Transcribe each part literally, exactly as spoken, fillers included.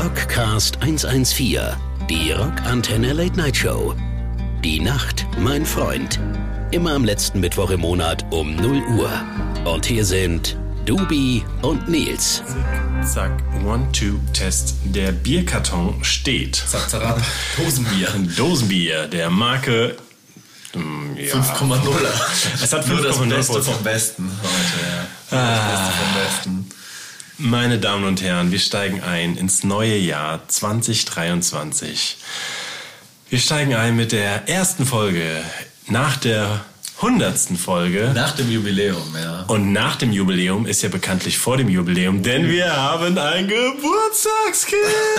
Rockcast hundertvierzehn, die Rockantenne Late Night Show. Die Nacht, mein Freund. Immer am letzten Mittwoch im Monat um null Uhr. Und hier sind Dubi und Nils. Zack, one, two, test. Der Bierkarton steht. Zack, zack, Dosenbier. Dosenbier der Marke ja. fünf Komma null. Es hat nur fünf Komma null das Beste vom Besten heute. Ja. Ah. Das Beste vom Besten. Meine Damen und Herren, wir steigen ein ins neue Jahr zwanzig dreiundzwanzig. Wir steigen ein mit der ersten Folge nach der hundertsten Folge. Nach dem Jubiläum, ja. Und nach dem Jubiläum ist ja bekanntlich vor dem Jubiläum, denn wir haben ein Geburtstagskind.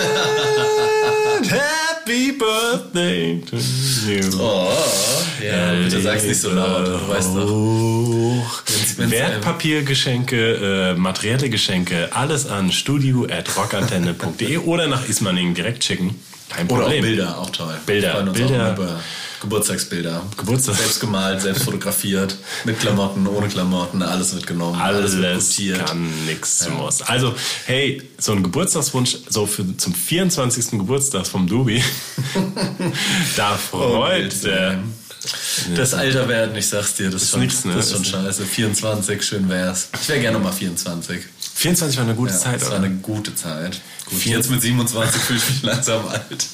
Happy Birthday to you. Oh, ja, bitte sag's nicht so laut, du weißt doch. Wenn's, wenn's Wertpapiergeschenke, äh, materielle Geschenke, alles an studio at rockantenne punkt de oder nach Ismaning direkt schicken. Kein Problem. Oder auch Bilder, auch toll. Bilder, Bilder. Geburtstagsbilder. Geburtstag. Selbst gemalt, selbst fotografiert. Mit Klamotten, ohne Klamotten, alles mitgenommen. Alles, alles kann, nix ja. muss. Also, hey, so ein Geburtstagswunsch so für, zum vierundzwanzigsten Geburtstag vom Dubi. Da freut oh, der... Das Alter werden, ich sag's dir, das ist schon, nix, ne? das ist schon scheiße. vierundzwanzig, schön wär's. Ich wäre gerne mal vierundzwanzig. vierundzwanzig war eine gute ja, Zeit, das oder? Das war eine gute Zeit. Gut, jetzt mit siebenundzwanzig fühle ich mich langsam alt.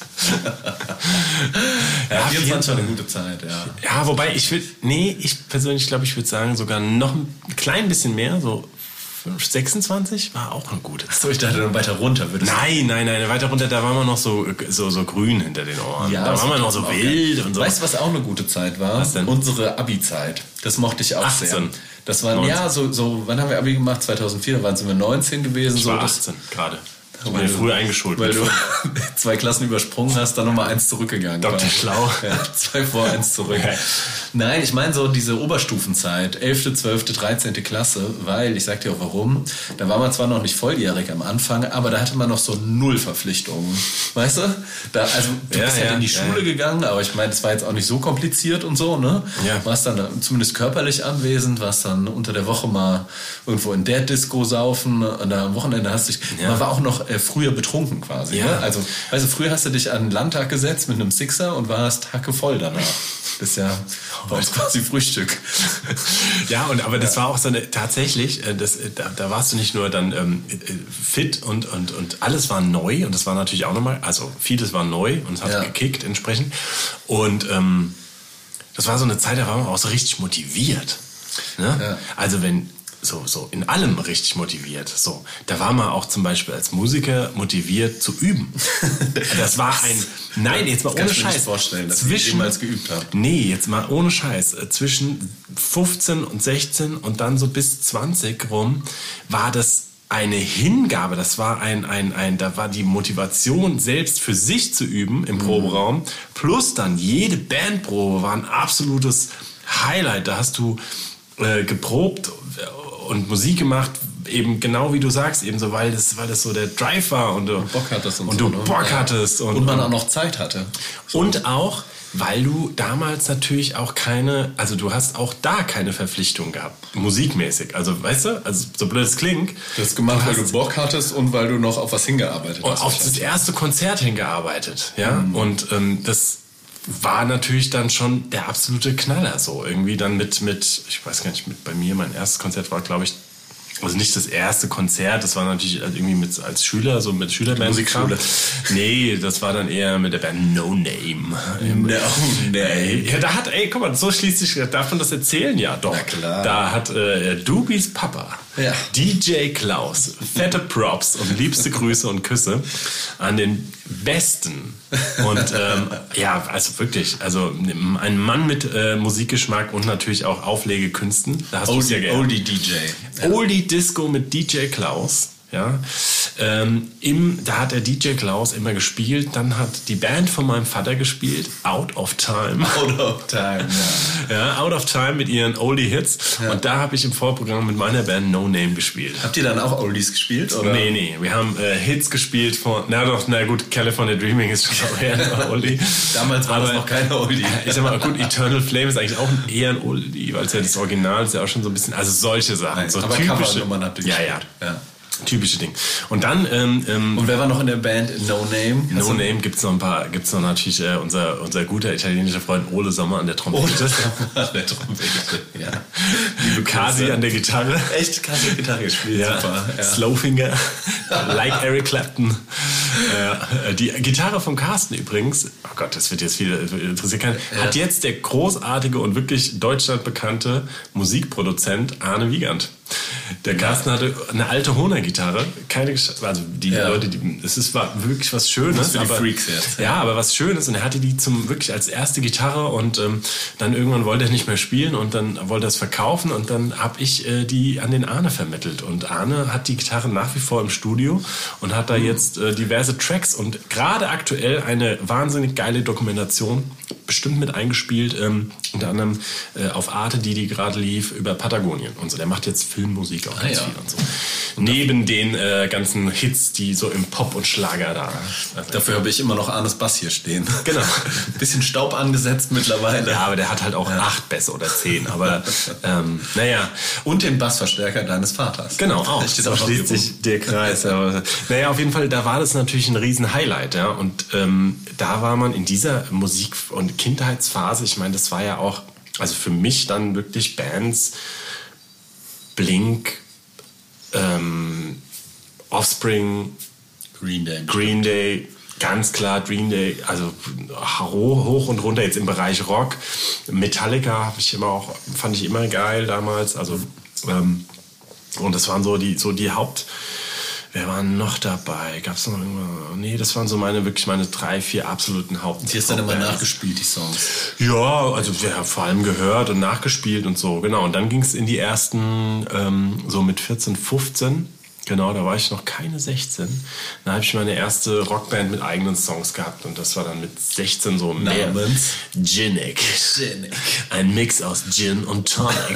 Ja, vierundzwanzig war eine gute Zeit, ja. Ja, wobei ich will, nee, ich persönlich glaube, ich würde sagen, sogar noch ein klein bisschen mehr, so sechsundzwanzig war auch eine gute Zeit. Achso, ich dachte dann weiter runter. Würdest nein, nein, nein, weiter runter, da war man noch so, so, so grün hinter den Ohren. Ja, da war man noch so wild geil. und so. Weißt du, was auch eine gute Zeit war? Was denn? Unsere Abi-Zeit. Das mochte ich auch achtzehn. sehr. Das waren, ja, so, so, wann haben wir Abi gemacht? zweitausendvier, da waren wir neunzehn gewesen. Ich war so, achtzehn gerade. Ich bin früh eingeschult. Weil du zwei Klassen übersprungen hast, dann nochmal eins zurückgegangen. Doktor Schlau. Ja, zwei vor, eins zurück. Okay. Nein, ich meine so diese Oberstufenzeit, elfte, zwölfte, dreizehnte Klasse, weil, ich sag dir auch warum, da war man zwar noch nicht volljährig am Anfang, aber da hatte man noch so null Verpflichtungen. Weißt du? Da, also du ja, bist ja, halt in die ja, Schule ja. gegangen, aber ich meine, das war jetzt auch nicht so kompliziert und so, ne? Ja. Warst dann zumindest körperlich anwesend, warst dann unter der Woche mal irgendwo in der Disco saufen und da am Wochenende hast du dich, ja. man war auch noch äh, früher betrunken quasi. Ja. Ne? Also, weißt du, früher hast du dich an den Landtag gesetzt mit einem Sixer und warst hackevoll danach. Das ist ja bei uns quasi Frühstück. Ja, und aber das ja. war auch so eine, tatsächlich, das, da, da warst du nicht nur dann ähm, fit und, und, und alles war neu und das war natürlich auch nochmal, also vieles war neu und es hat ja. gekickt entsprechend. Und ähm, das war so eine Zeit, da war man auch so richtig motiviert. Ne? Ja. Also wenn So, so in allem richtig motiviert. So, da war man auch zum Beispiel als Musiker motiviert zu üben. Das war ein, nein, jetzt mal ohne Scheiß. Ich kann mir nicht vorstellen, dass ich jemals geübt habe. Nee, jetzt mal ohne Scheiß. Zwischen fünfzehn und sechzehn und dann so bis zwanzig rum war das eine Hingabe. Das war ein, ein, ein, da war die Motivation, selbst für sich zu üben im mhm. Proberaum. Plus dann jede Bandprobe war ein absolutes Highlight. Da hast du äh, geprobt und Musik gemacht, eben genau wie du sagst, eben so, weil das, weil das so der Drive war und du und Bock hattest und, und so, du ne? Bock ja. hattest und, und man auch noch Zeit hatte. So. Und auch, weil du damals natürlich auch keine, also du hast auch da keine Verpflichtung gehabt, musikmäßig. Also, weißt du, also so blöd es klingt. Du hast gemacht, du weil hast, du Bock hattest und weil du noch auf was hingearbeitet hast. Auf das erste Konzert hingearbeitet, ja. Mhm. Und ähm, das war natürlich dann schon der absolute Knaller, so irgendwie dann mit, mit, ich weiß gar nicht, mit bei mir, mein erstes Konzert war, glaube ich, also nicht das erste Konzert, das war natürlich irgendwie mit, als Schüler, so mit Schülerband. Musikschule. Nee, das war dann eher mit der Band No Name. No Name. Ja, da hat, ey, guck mal, so schließt sich, darf man das erzählen? Ja, doch. Na klar. Da hat äh, Dubis Papa, ja. D J Klaus, fette Props und liebste Grüße und Küsse an den Besten. Und ähm, ja, also wirklich, also ein Mann mit äh, Musikgeschmack und natürlich auch Auflegekünsten. Da hast du es ja gerne. Oldie D J. Ja. Oldie Disco mit D J Klaus. Ja, ähm, im, da hat der D J Klaus immer gespielt, dann hat die Band von meinem Vater gespielt, Out of Time. Out of Time, ja. Ja, Out of Time mit ihren Oldie-Hits. Ja. Und da habe ich im Vorprogramm mit meiner Band No Name gespielt. Habt ihr dann auch Oldies gespielt? Oder? Nee, nee, wir haben äh, Hits gespielt von, na doch, na gut, California Dreaming ist schon auch eher ein Oldie. Damals war aber das noch keine Oldie. Ich sag mal, gut, Eternal Flame ist eigentlich auch eher ein Oldie, weil es ja das Original ist ja auch schon so ein bisschen, also solche Sachen. Nein, so aber typische Covernummern habt ihr gespielt. Ja, ja. ja. Typische Ding. Und dann... Ähm, ähm, und wer war noch in der Band? No Name? No also, Name gibt es noch ein paar, gibt es noch natürlich äh, unser, unser guter italienischer Freund Ole Sommer an der Trompete. Ole Sommer an der Trompete, ja. Liebe Kasi an der Gitarre. Echt, Kasi an der Gitarre gespielt, ja. super. Ja. Slowfinger, like Eric Clapton. Äh, die Gitarre von Carsten übrigens, oh Gott, das wird jetzt viele interessieren, ja. hat jetzt der großartige und wirklich deutschlandbekannte Musikproduzent Arne Wiegand. Der Carsten ja. hatte eine alte Hohner-Gitarre, keine, also die ja. Leute, die, es ist, war wirklich was Schönes. Was für die aber, Freaks jetzt. Ja, aber was Schönes und er hatte die zum wirklich als erste Gitarre und ähm, dann irgendwann wollte er nicht mehr spielen und dann wollte er es verkaufen und dann habe ich äh, die an den Arne vermittelt und Arne hat die Gitarre nach wie vor im Studio und hat da mhm. jetzt äh, diverse Tracks und gerade aktuell eine wahnsinnig geile Dokumentation bestimmt mit eingespielt, ähm, unter anderem äh, auf Arte, die die gerade lief, über Patagonien und so. Der macht jetzt Filmmusik auch ah, ganz ja. viel und so. Und neben den äh, ganzen Hits, die so im Pop und Schlager da. Also dafür habe ich immer noch Arnes Bass hier stehen. Genau. Bisschen Staub angesetzt mittlerweile. Ja, aber der hat halt auch ja. acht Bässe oder zehn. Aber ähm, naja. Und den Bassverstärker deines Vaters. Genau, auch. So schließt sich der Kreis. Ja. Naja, auf jeden Fall, da war das natürlich ein riesen Highlight. Ja? Und ähm, da war man in dieser Musik- und Kindheitsphase, ich meine, das war ja auch, also für mich dann wirklich Bands, Blink, ähm, Offspring, Green Day, Green Day, ganz klar Green Day, also hoch und runter jetzt im Bereich Rock. Metallica habe ich immer auch, fand ich immer geil damals, also ähm, und das waren so die so die Haupt. Wer war noch dabei? Gab es noch irgendwas? Nee, das waren so meine, wirklich meine drei, vier absoluten Haupt. Die hast du dann immer nachgespielt, die Songs? Ja, also wir haben vor allem gehört und nachgespielt und so, genau. Und dann ging es in die ersten, ähm, so mit vierzehn, fünfzehn. Genau, da war ich noch keine sechzehn. Da habe ich meine erste Rockband mit eigenen Songs gehabt und das war dann mit sechzehn so mehr. Namens? Ginic. Ginic. Ein Mix aus Gin und Tonic.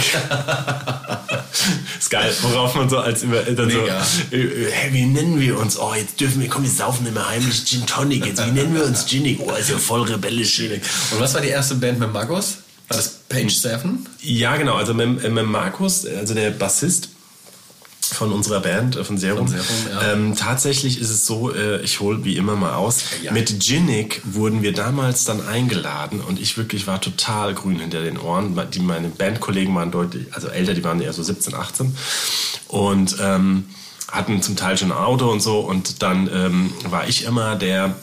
Ist geil, worauf man so als immer dann so, äh, hey, wie nennen wir uns? Oh, jetzt dürfen wir, komm, wir saufen immer heimlich Gin Tonic. Jetzt, wie nennen wir uns Ginic? Oh, ist ja voll rebellisch. Ginic. Und was war die erste Band mit Markus? War das Page Seven? Ja, genau, also mit, mit Markus, also der Bassist von unserer Band, von Serum. Von Serum ja. ähm, tatsächlich ist es so, äh, ich hole wie immer mal aus, ja. mit Ginic wurden wir damals dann eingeladen und ich wirklich war total grün hinter den Ohren. Die, meine Bandkollegen waren deutlich, also älter, die waren eher so siebzehn, achtzehn und ähm, hatten zum Teil schon ein Auto und so und dann ähm, war ich immer der,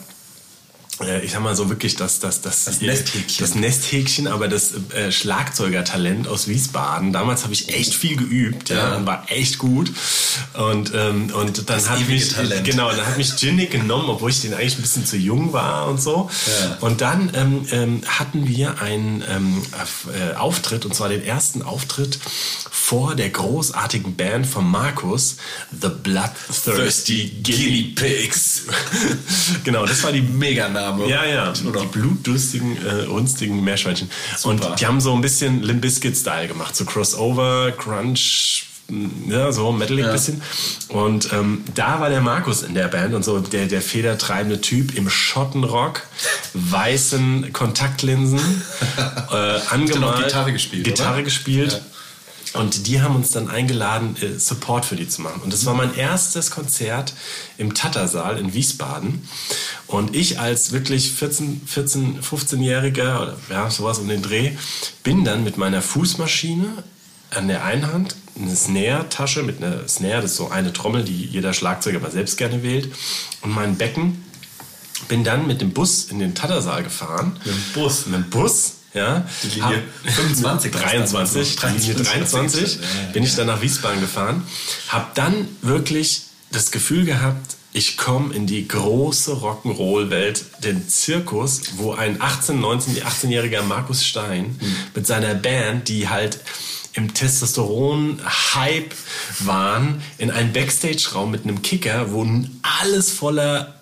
ich sag mal so wirklich das, das, das, das Nesthäkchen. Das Nesthäkchen, aber das äh, Schlagzeugertalent aus Wiesbaden. Damals habe ich echt viel geübt, ja, ja und war echt gut. Und, ähm, und dann das hat mich, Talent. genau, dann hat mich Ginic genommen, obwohl ich den eigentlich ein bisschen zu jung war und so. Ja. Und dann ähm, ähm, hatten wir einen ähm, äh, Auftritt, und zwar den ersten Auftritt vor der großartigen Band von Markus, The Bloodthirsty Guinea Pigs. Genau, das war die Mega-Name. Ja, ja, die blutdurstigen, äh, runstigen Meerschweinchen. Super. Und die haben so ein bisschen Limp Bizkit-Style gemacht, so Crossover, Crunch, ja, so metalig ja. bisschen. Und ähm, da war der Markus in der Band und so der, der federtreibende Typ im Schottenrock, weißen Kontaktlinsen, äh, angemalt, Gitarre gespielt, Gitarre oder? gespielt. Ja. Und die haben uns dann eingeladen, Support für die zu machen. Und das war mein erstes Konzert im Tattersaal in Wiesbaden. Und ich als wirklich vierzehn, vierzehn, fünfzehnjähriger oder ja, sowas um den Dreh, bin dann mit meiner Fußmaschine an der einen Hand, eine Snare-Tasche mit einer Snare, das ist so eine Trommel, die jeder Schlagzeuger aber selbst gerne wählt, und mein Becken, bin dann mit dem Bus in den Tattersaal gefahren. Mit dem Bus? Mit dem Bus. Ja, die Linie fünfundzwanzig, dreiundzwanzig, die Linie dreiundzwanzig, bin ich dann nach Wiesbaden gefahren, habe dann wirklich das Gefühl gehabt, ich komme in die große Rock'n'Roll-Welt, den Zirkus, wo ein achtzehn-, neunzehn-, achtzehnjähriger Markus Stein mhm. mit seiner Band, die halt im Testosteron-Hype waren, in einen Backstage-Raum mit einem Kicker, wo alles voller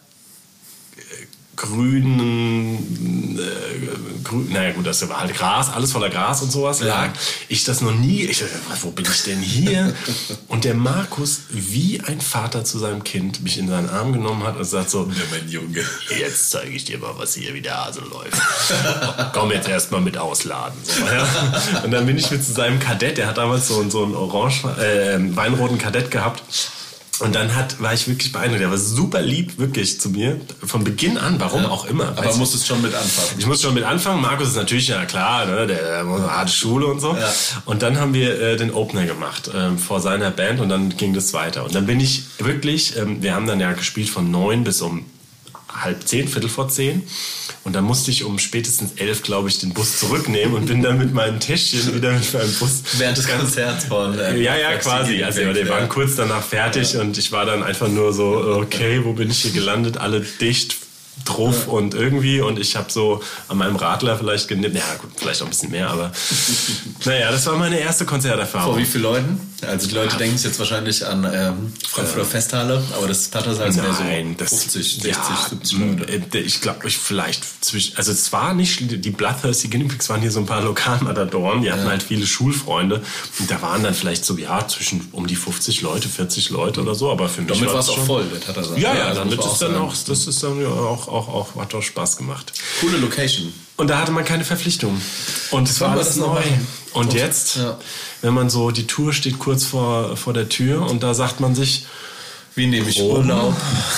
grünen, äh, grün, naja gut, das war halt Gras, alles voller Gras und sowas lag. Ja. Ich das noch nie, ich dachte, wo bin ich denn hier? Und der Markus, wie ein Vater zu seinem Kind, mich in seinen Arm genommen hat und sagt so, ja, mein Junge, jetzt zeige ich dir mal, was hier wie der Hase läuft. Komm jetzt erstmal mit ausladen. So, ja. Und dann bin ich mit zu seinem Kadett, der hat damals so, so einen orange, äh, weinroten Kadett gehabt. Und dann hat, war ich wirklich beeindruckt. Er war super lieb, wirklich zu mir. Von Beginn an, warum ja. auch immer. Aber musstest schon mit anfangen. Ich muss schon mit anfangen. Markus ist natürlich, ja klar, ne, der, der harte Schule und so. Ja. Und dann haben wir äh, den Opener gemacht äh, vor seiner Band und dann ging das weiter. Und dann bin ich wirklich, ähm, wir haben dann ja gespielt von neun bis um halb zehn, viertel vor zehn. Und dann musste ich um spätestens elf, glaube ich, den Bus zurücknehmen und bin dann mit meinem Täschchen wieder mit meinem Bus. Während des Konzerts von. Äh, ja, ja, quasi. Also wir waren kurz danach fertig ja. und ich war dann einfach nur so, okay, wo bin ich hier gelandet? Alle dicht, drauf ja. und irgendwie. Und ich habe so an meinem Radler vielleicht genippt. Ja, gut, vielleicht auch ein bisschen mehr, aber naja, das war meine erste Konzerterfahrung. Vor wie vielen Leuten? Also die Leute ja. denken jetzt wahrscheinlich an ähm, Frankfurter äh, Festhalle, aber das Tattersaal ist mehr so fünfzig, sechzig, ja, siebzig Leute. Ich glaube, ich vielleicht zwischen, also es war nicht, die Bloodthirsty Guinea Pigs waren hier so ein paar Lokalmatadoren, die hatten ja. halt viele Schulfreunde und da waren dann vielleicht so, ja, zwischen um die fünfzig Leute, vierzig Leute oder so, aber für mich damit war es auch voll, der Tattersaal. Ja, ja, ja damit ist dann auch, das ist dann ja auch, auch, auch, hat doch Spaß gemacht. Coole Location. Und da hatte man keine Verpflichtung. Und es war alles neu. Und jetzt, ja. wenn man so, die Tour steht kurz vor, vor der Tür und da sagt man sich, wie nehme ich Urlaub?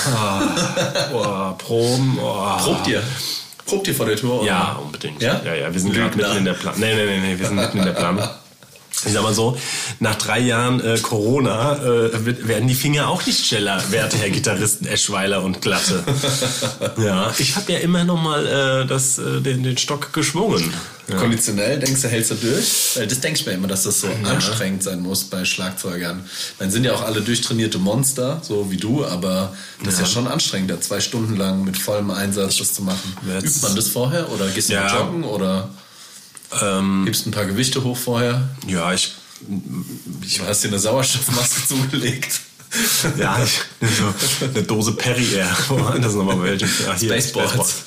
Oh, Proben. Oh. Probt ihr? Probt ihr vor der Tour? Oder? Ja, unbedingt. Ja, ja, ja wir sind gerade mitten in der Planung. Nee, nee, nee, nee, wir sind mitten in der Planung. Ich sag mal so, nach drei Jahren äh, Corona äh, werden die Finger auch nicht schneller, werte Herr Gitarristen Eschweiler und Glatte. Ja, ich habe ja immer noch mal äh, das, äh, den, den Stock geschwungen. Ja. Konditionell, denkst du, hältst du durch? Weil das denke ich mir immer, dass das so ja. anstrengend sein muss bei Schlagzeugern. Dann sind ja auch alle durchtrainierte Monster, so wie du, aber das ja. ist ja schon anstrengend, da zwei Stunden lang mit vollem Einsatz das zu machen. Jetzt übt man das vorher oder gehst du ja. joggen oder... Ähm, Gibst ein paar Gewichte hoch vorher? Ja, ich... ich hast dir eine Sauerstoffmaske zugelegt. Ja, ich, so eine Dose Perrier. Das sind nochmal welche. Ach, hier, Spaceballs.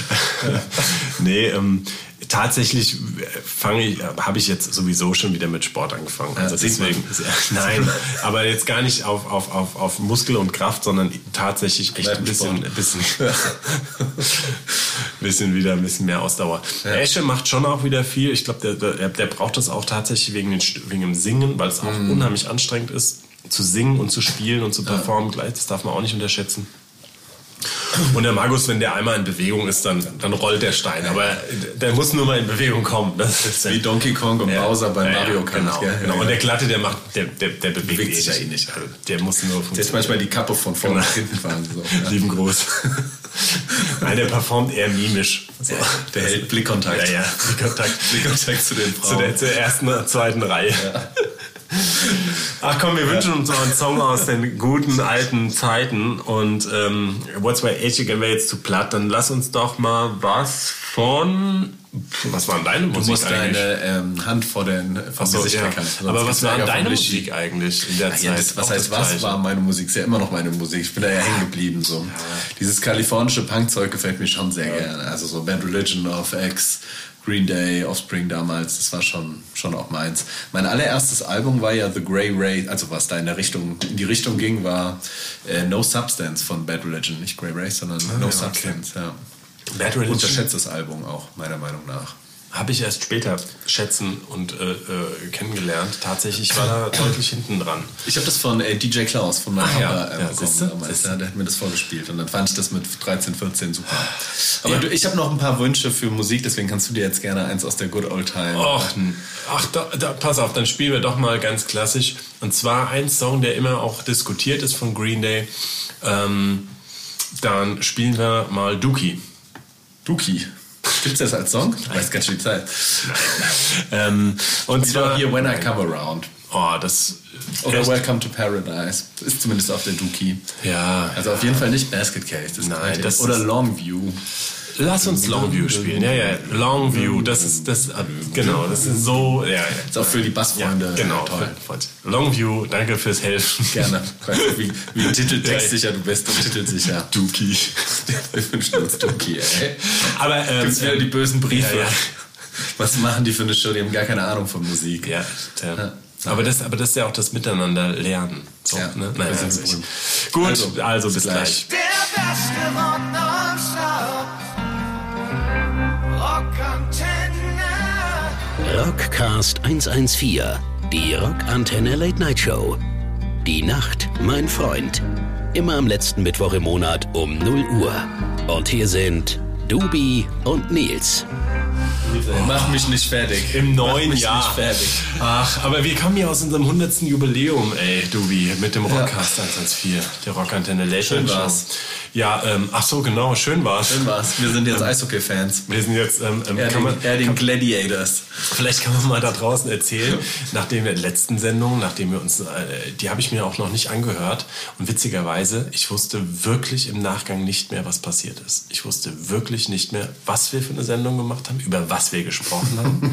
Nee, ähm, tatsächlich fange ich, habe ich jetzt sowieso schon wieder mit Sport angefangen. Also ja, deswegen, nein, aber jetzt gar nicht auf, auf, auf, auf Muskel und Kraft, sondern tatsächlich echt ein bisschen, ein bisschen, bisschen wieder ein bisschen mehr Ausdauer. Ja. Esche macht schon auch wieder viel. Ich glaube, der, der, der braucht das auch tatsächlich wegen, den, wegen dem Singen, weil es auch mhm. unheimlich anstrengend ist, zu singen und zu spielen und zu performen gleich. Das darf man auch nicht unterschätzen. Und der Markus, wenn der einmal in Bewegung ist, dann, dann rollt der Stein. Aber der muss nur mal in Bewegung kommen. Das ist wie Donkey Kong und ja, Bowser bei ja, Mario Kart. Genau, ja, genau. Ja. Und der Glatte, der macht, der, der, der bewegt, bewegt sich ja eh nicht. Also der muss nur funktionieren. Jetzt manchmal die Kappe von vorne nach hinten fahren. So. Ja. Lieben Gruß. Nein, der performt eher mimisch. So. Ja, der hält Blickkontakt. Ja, ja. Blickkontakt. Blickkontakt zu den Frauen. Zu der, zur ersten und zweiten Reihe. Ja. Ach komm, wir ja. wünschen uns noch einen Song aus den guten alten Zeiten und ähm, What's My Age Again wäre jetzt zu platt, dann lass uns doch mal was von... Was war denn deine Musik? Du musst eigentlich? deine ähm, Hand vor den vor so, Gesicht ja. Aber was war deine Musik eigentlich in der ah, Zeit? Ja, das, was heißt was war meine Musik? Ist ja immer noch meine Musik. Ich bin da ja hängen geblieben. So. Ja. Dieses kalifornische Punkzeug gefällt mir schon sehr ja. gerne. Also so Bad Religion, of X, Green Day, Offspring damals, das war schon, schon auch meins. Mein allererstes Album war ja The Grey Ray, also was da in der Richtung, in die Richtung ging, war äh, No Substance von Bad Religion. Nicht Grey Ray, sondern ah, No ja, Substance. Okay. Ja. Bad Religion. Unterschätzt das Album auch, meiner Meinung nach. Habe ich erst später schätzen und äh, äh, kennengelernt. Tatsächlich war da deutlich hinten dran. Ich habe das von äh, D J Klaus, von meinem Papa ja, äh, ja, bekommen damals. Ja, der hat mir das vorgespielt und dann fand ich das mit dreizehn, vierzehn super. Aber ja. du, ich habe noch ein paar Wünsche für Musik, deswegen kannst du dir jetzt gerne eins aus der Good Old Time... Ach, ach da, da, pass auf, dann spielen wir doch mal ganz klassisch. Und zwar ein Song, der immer auch diskutiert ist von Green Day. Ähm, dann spielen wir mal Dookie. Dookie? Gibt's das als Song? Ich weiß ganz schön die Zeit. ähm, und Spiel zwar hier When I Come Around. Oh, das... Oder Welcome to Paradise. Ist zumindest auf der Dookie. Ja. Also auf jeden Fall nicht Basket Case. Das Nein, das oder Longview. Lass uns Longview spielen. Ja, ja. Longview, das ist das. Genau, das ist so. Ja, ja. Das ist auch für die Bassfreunde. Ja, genau, toll. Longview, danke fürs Helfen. Gerne. Wie, wie titeltextsicher du bist und titelsicher. Dookie. Wir wünschen uns Dookie, ey. Aber ähm, gibt's wieder die bösen Briefe. Ja, ja. Was machen die für eine Show? Die haben gar keine Ahnung von Musik. Ja, ja. ja. Aber das, aber das ist ja auch das Miteinander lernen. So, ja, ne? Nein, das ist gut. Also, also bis gleich. Der beste Rock nonstop. Rockcast hundertvierzehn, die Rockantenne Late Night Show. Die Nacht, mein Freund. Immer am letzten Mittwoch im Monat um null Uhr. Und hier sind Dubi und Nils. Oh. Mach mich nicht fertig. Im neuen Mach mich Jahr. Nicht fertig. Ach, aber wir kommen ja aus unserem hundertsten Jubiläum, ey, Dubi, mit dem Rockcast eins eins vier, der Rockantenne Late Schön Night Show. war's. Ja, ähm, ach so, genau, schön war's. Schön war's. Wir sind jetzt ähm, Eishockey-Fans. Wir sind jetzt, ähm, ähm, Erding, kann man, Erding kann, Gladiators. Vielleicht kann man mal da draußen erzählen, nachdem wir in der letzten Sendung, nachdem wir uns, äh, die habe ich mir auch noch nicht angehört. Und witzigerweise, ich wusste wirklich im Nachgang nicht mehr, was passiert ist. Ich wusste wirklich nicht mehr, was wir für eine Sendung gemacht haben, über was wir gesprochen haben.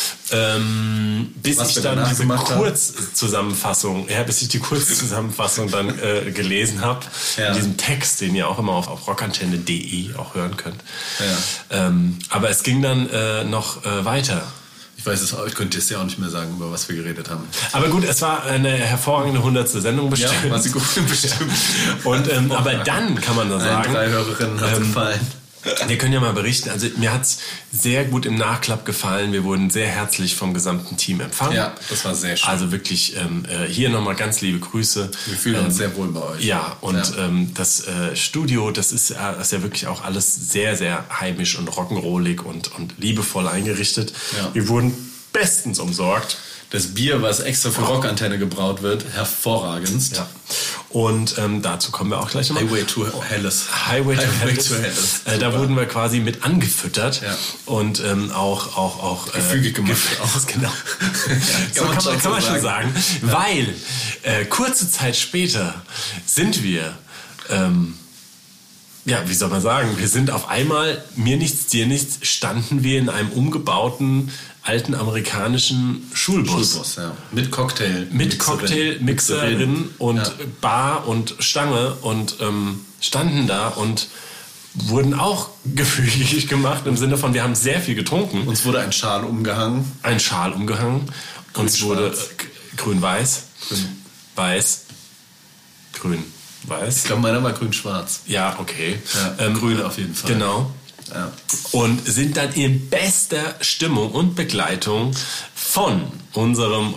ähm, bis was ich wir dann diese Kurz Kurzzusammenfassung, ja, bis ich die Kurzzusammenfassung dann äh, gelesen habe, ja. in diesem Text, den ihr auch immer auf, auf rockantenne punkt de auch hören könnt. Ja. Ähm, aber es ging dann äh, noch äh, weiter. Ich weiß es auch, ich könnte es ja auch nicht mehr sagen, über was wir geredet haben. Aber gut, es war eine hervorragende hundertste Sendung bestimmt. Ja, war sie gut bestimmt. Und, ähm, aber dann kann man da sagen, Ein, drei Hörerinnen hat es ähm, gefallen. Wir können ja mal berichten, also mir hat es sehr gut im Nachklapp gefallen. Wir wurden sehr herzlich vom gesamten Team empfangen. Ja, das war sehr schön. Also wirklich ähm, hier nochmal ganz liebe Grüße. Wir fühlen ähm, uns sehr wohl bei euch. Ja, und ja. Ähm, das äh, Studio, das ist, äh, das ist ja wirklich auch alles sehr, sehr heimisch und rock'n'rollig und, und liebevoll eingerichtet. Ja. Wir wurden bestens umsorgt. Das Bier, was extra für Rockantenne gebraut wird, hervorragend. Ja. Und ähm, dazu kommen wir auch gleich nochmal. Highway to Helles. Highway to Highway Helles. to Helles. Äh, da wurden wir quasi mit angefüttert ja. und ähm, auch auch auch gefügig gemacht. Auch, genau. ja, kann so man, kann man so schon sagen, ja. weil äh, kurze Zeit später sind wir ähm, ja, wie soll man sagen, wir sind auf einmal, mir nichts, dir nichts, standen wir in einem umgebauten alten amerikanischen Schulbus. Schulbus, ja. Mit Cocktail. Mit Cocktailmixerin und ja. Bar und Stange und ähm, standen da und wurden auch gefügig gemacht im Sinne von, wir haben sehr viel getrunken. Uns wurde ein Schal umgehangen. Ein Schal umgehangen. Uns wurde äh, grün-weiß, grün. weiß, grün. Weiß. Ich glaube, meiner war grün-schwarz. Ja, okay. Ja, ähm, grün auf jeden Fall. Genau. Ja. Und sind dann in bester Stimmung und Begleitung von unserem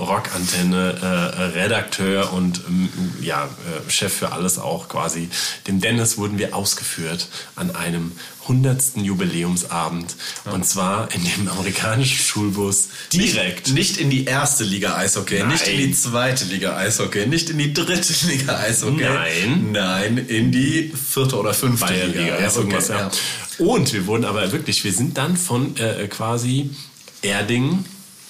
Rockantenne-Redakteur äh, und ähm, ja, äh, Chef für alles auch quasi, dem Dennis, wurden wir ausgeführt an einem hundertsten Jubiläumsabend. Ja. Und zwar in dem amerikanischen Schulbus direkt. Nicht, nicht in die erste Liga Eishockey, Nein. nicht in die zweite Liga Eishockey, nicht in die dritte Liga Eishockey. Nein. Nein, in die vierte oder fünfte Bayern Liga. Liga Eishockey. Ja. Ja. Und wir wurden aber wirklich, wir sind dann von äh, quasi Erding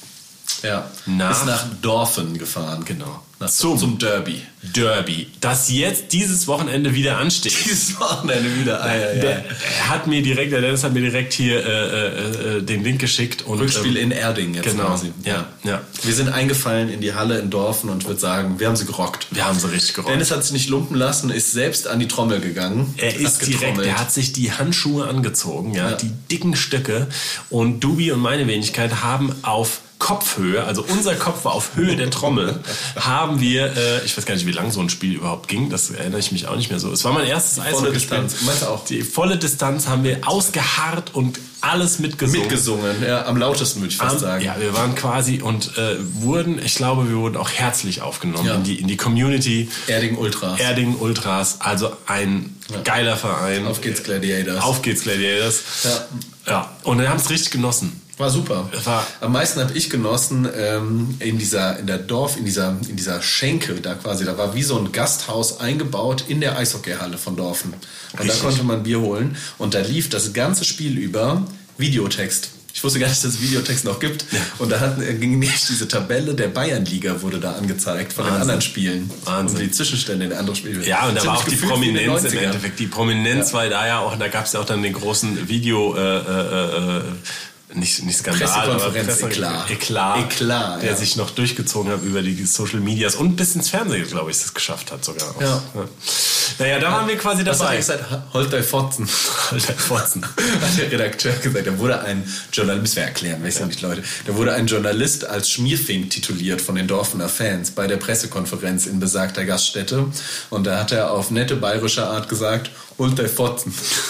ja. nach, bis nach Dorfen gefahren. Genau. Nach, zum, zum Derby. Derby, das jetzt dieses Wochenende wieder ansteht. Dieses Wochenende wieder. Ah, ja, ja. Der, der hat mir direkt, der Dennis hat mir direkt hier äh, äh, den Link geschickt. Und, Rückspiel ähm, in Erding jetzt genau. quasi. Ja, ja. Wir sind eingefallen in die Halle in Dorfen und würde sagen, wir haben sie gerockt. Wir haben sie richtig gerockt. Dennis hat sich nicht lumpen lassen, ist selbst an die Trommel gegangen. Er ist direkt, er hat sich die Handschuhe angezogen, ja, ja. die dicken Stöcke. Und Dubi und meine Wenigkeit haben auf Kopfhöhe, also unser Kopf war auf Höhe der Trommel, haben wir, äh, ich weiß gar nicht, wie lang so ein Spiel überhaupt ging, das erinnere ich mich auch nicht mehr so. Es war mein erstes Eishockey-Spiel. Meinst du auch? Die volle Distanz haben wir ausgeharrt und alles mitgesungen. Mitgesungen, ja, am lautesten würde ich fast um, sagen. Ja, wir waren quasi und äh, wurden, ich glaube, wir wurden auch herzlich aufgenommen ja. in die in die Community. Erding Ultras. Erding Ultras, also ein ja. geiler Verein. Auf geht's Gladiators. Auf geht's Gladiators. Ja. Ja, und wir haben es richtig genossen. War super. War Am meisten habe ich genossen ähm, in dieser, in der Dorf, in dieser, in dieser Schenke da quasi. Da war wie so ein Gasthaus eingebaut in der Eishockeyhalle von Dorfen. Und Richtig. Da konnte man Bier holen. Und da lief das ganze Spiel über Videotext. Ich wusste gar nicht, dass es Videotext noch gibt. Ja. Und da hat, ging nicht diese Tabelle der Bayernliga wurde da angezeigt von Wahnsinn. Den anderen Spielen. Wahnsinn. Und die Zwischenstände in den anderen Spielen. Ja, und da war auch die Prominenz im Endeffekt. Die Prominenz ja. war da ja auch, da gab es ja auch dann den großen Video, äh, äh, äh, Nicht, nicht Skandal, aber Presse, Eklat. Eklat, Eklat, der ja. sich noch durchgezogen hat über die Social Medias und bis ins Fernsehen, glaube ich, das geschafft hat sogar. Auch. Ja. Ja. Naja, da ja, waren wir quasi dabei. Was hat er gesagt? Holt euch Fotzen. Holt euch Fotzen. Hat der Redakteur gesagt. Da wurde ein Journalist, müssen wir erklären, weiß ja nicht, Leute. Da wurde ein Journalist als Schmierfink tituliert von den Dorfener Fans bei der Pressekonferenz in besagter Gaststätte. Und da hat er auf nette bayerische Art gesagt, holt euch Fotzen.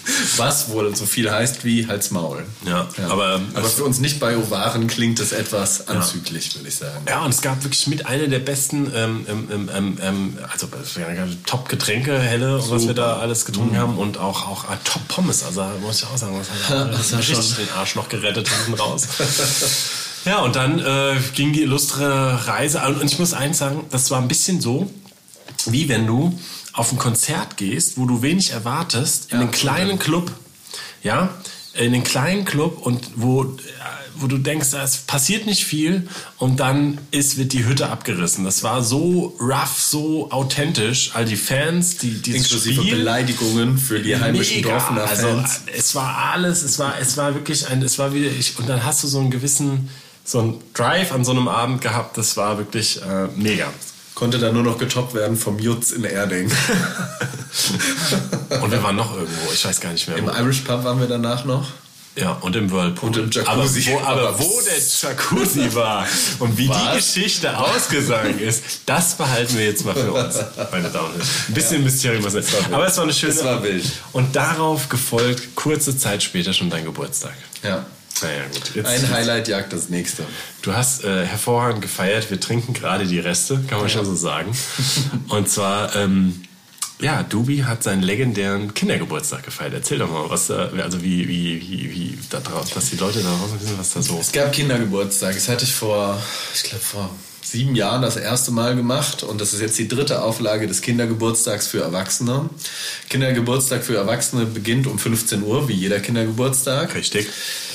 Was wohl so viel heißt wie Halt's Maul. Ja, ja. Aber, aber für uns nicht bei Ovaren klingt es etwas anzüglich, ja. würde ich sagen. Ja, und es gab wirklich mit einer der besten ähm, ähm, ähm, ähm, also Top-Getränke, Helle, und was wir da alles getrunken mhm. haben und auch, auch äh, Top-Pommes, also muss ich auch sagen, was hat das hat richtig schon den Arsch noch gerettet hinten raus. Ja, und dann äh, ging die illustre Reise an und ich muss eins sagen, das war ein bisschen so, wie wenn du auf ein Konzert gehst, wo du wenig erwartest, in ja, einen kleinen Club, ja, in einen kleinen Club und wo, wo du denkst, es passiert nicht viel und dann ist, wird die Hütte abgerissen. Das war so rough, so authentisch. All die Fans, die dieses inklusive Spiel, Beleidigungen für die heimischen Dorfener Fans. Also, es war alles, es war, es war wirklich ein, es war wieder, ich, und dann hast du so einen gewissen, so einen Drive an so einem Abend gehabt, das war wirklich äh, mega. Konnte da nur noch getoppt werden vom Jutz in Erding. Und wir waren noch irgendwo, ich weiß gar nicht mehr. Im wo. Irish Pub waren wir danach noch. Ja, und im Whirlpool. Und im Jacuzzi. Aber wo, aber wo der Jacuzzi war und wie Was? die Geschichte ausgegangen ist, das behalten wir jetzt mal für uns, meine Damen und Herren. Ein bisschen ja. Mysterium. Was es aber es war eine schöne... Es war wild. Und darauf gefolgt, kurze Zeit später schon dein Geburtstag. Ja. Naja, gut. Jetzt, Ein Highlight jagt das nächste. Du hast äh, hervorragend gefeiert. Wir trinken gerade die Reste, kann man ja. schon so sagen. Und zwar, ähm, ja, Dubi hat seinen legendären Kindergeburtstag gefeiert. Erzähl doch mal, was da, also wie, wie, wie, wie da draus, dass die Leute da draußen wissen, was da so... Es gab Kindergeburtstag. Das hatte ich vor, ich glaube vor sieben Jahren das erste Mal gemacht. Und das ist jetzt die dritte Auflage des Kindergeburtstags für Erwachsene. Kindergeburtstag für Erwachsene beginnt um fünfzehn Uhr, wie jeder Kindergeburtstag. Richtig.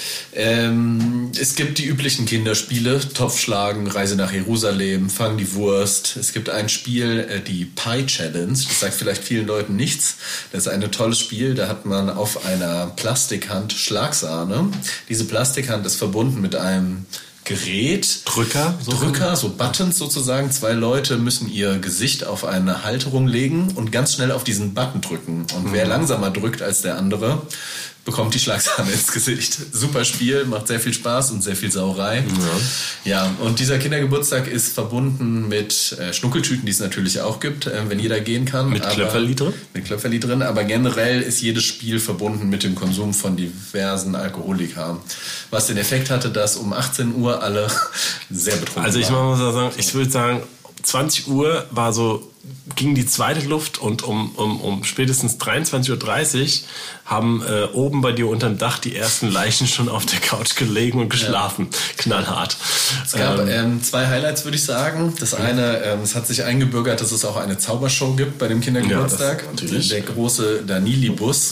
Ähm, es gibt die üblichen Kinderspiele, Topfschlagen, Reise nach Jerusalem, Fang die Wurst. Es gibt ein Spiel, äh, die Pie Challenge. Das sagt vielleicht vielen Leuten nichts. Das ist ein tolles Spiel. Da hat man auf einer Plastikhand Schlagsahne. Diese Plastikhand ist verbunden mit einem Gerät. Drücker. So Drücker, so Buttons sozusagen. Zwei Leute müssen ihr Gesicht auf eine Halterung legen und ganz schnell auf diesen Button drücken. Und mhm. wer langsamer drückt als der andere, bekommt die Schlagsahne ins Gesicht. Super Spiel, macht sehr viel Spaß und sehr viel Sauerei. Ja, ja, und dieser Kindergeburtstag ist verbunden mit äh, Schnuckeltüten, die es natürlich auch gibt, äh, wenn jeder gehen kann. Mit Klöpferli drin? Mit Klöpferli drin, aber generell ist jedes Spiel verbunden mit dem Konsum von diversen Alkoholika. Was den Effekt hatte, dass um achtzehn Uhr alle sehr betrunken waren. Also ich muss sagen, ich würde sagen, zwanzig Uhr war so, ging die zweite Luft und um, um, um spätestens dreiundzwanzig Uhr dreißig haben äh, oben bei dir unterm Dach die ersten Leichen schon auf der Couch gelegen und geschlafen. Ja. Knallhart. Es gab ähm, ähm, zwei Highlights, würde ich sagen. Das eine, ähm, es hat sich eingebürgert, dass es auch eine Zaubershow gibt bei dem Kindergeburtstag. Ja, natürlich. Der große Danili-Bus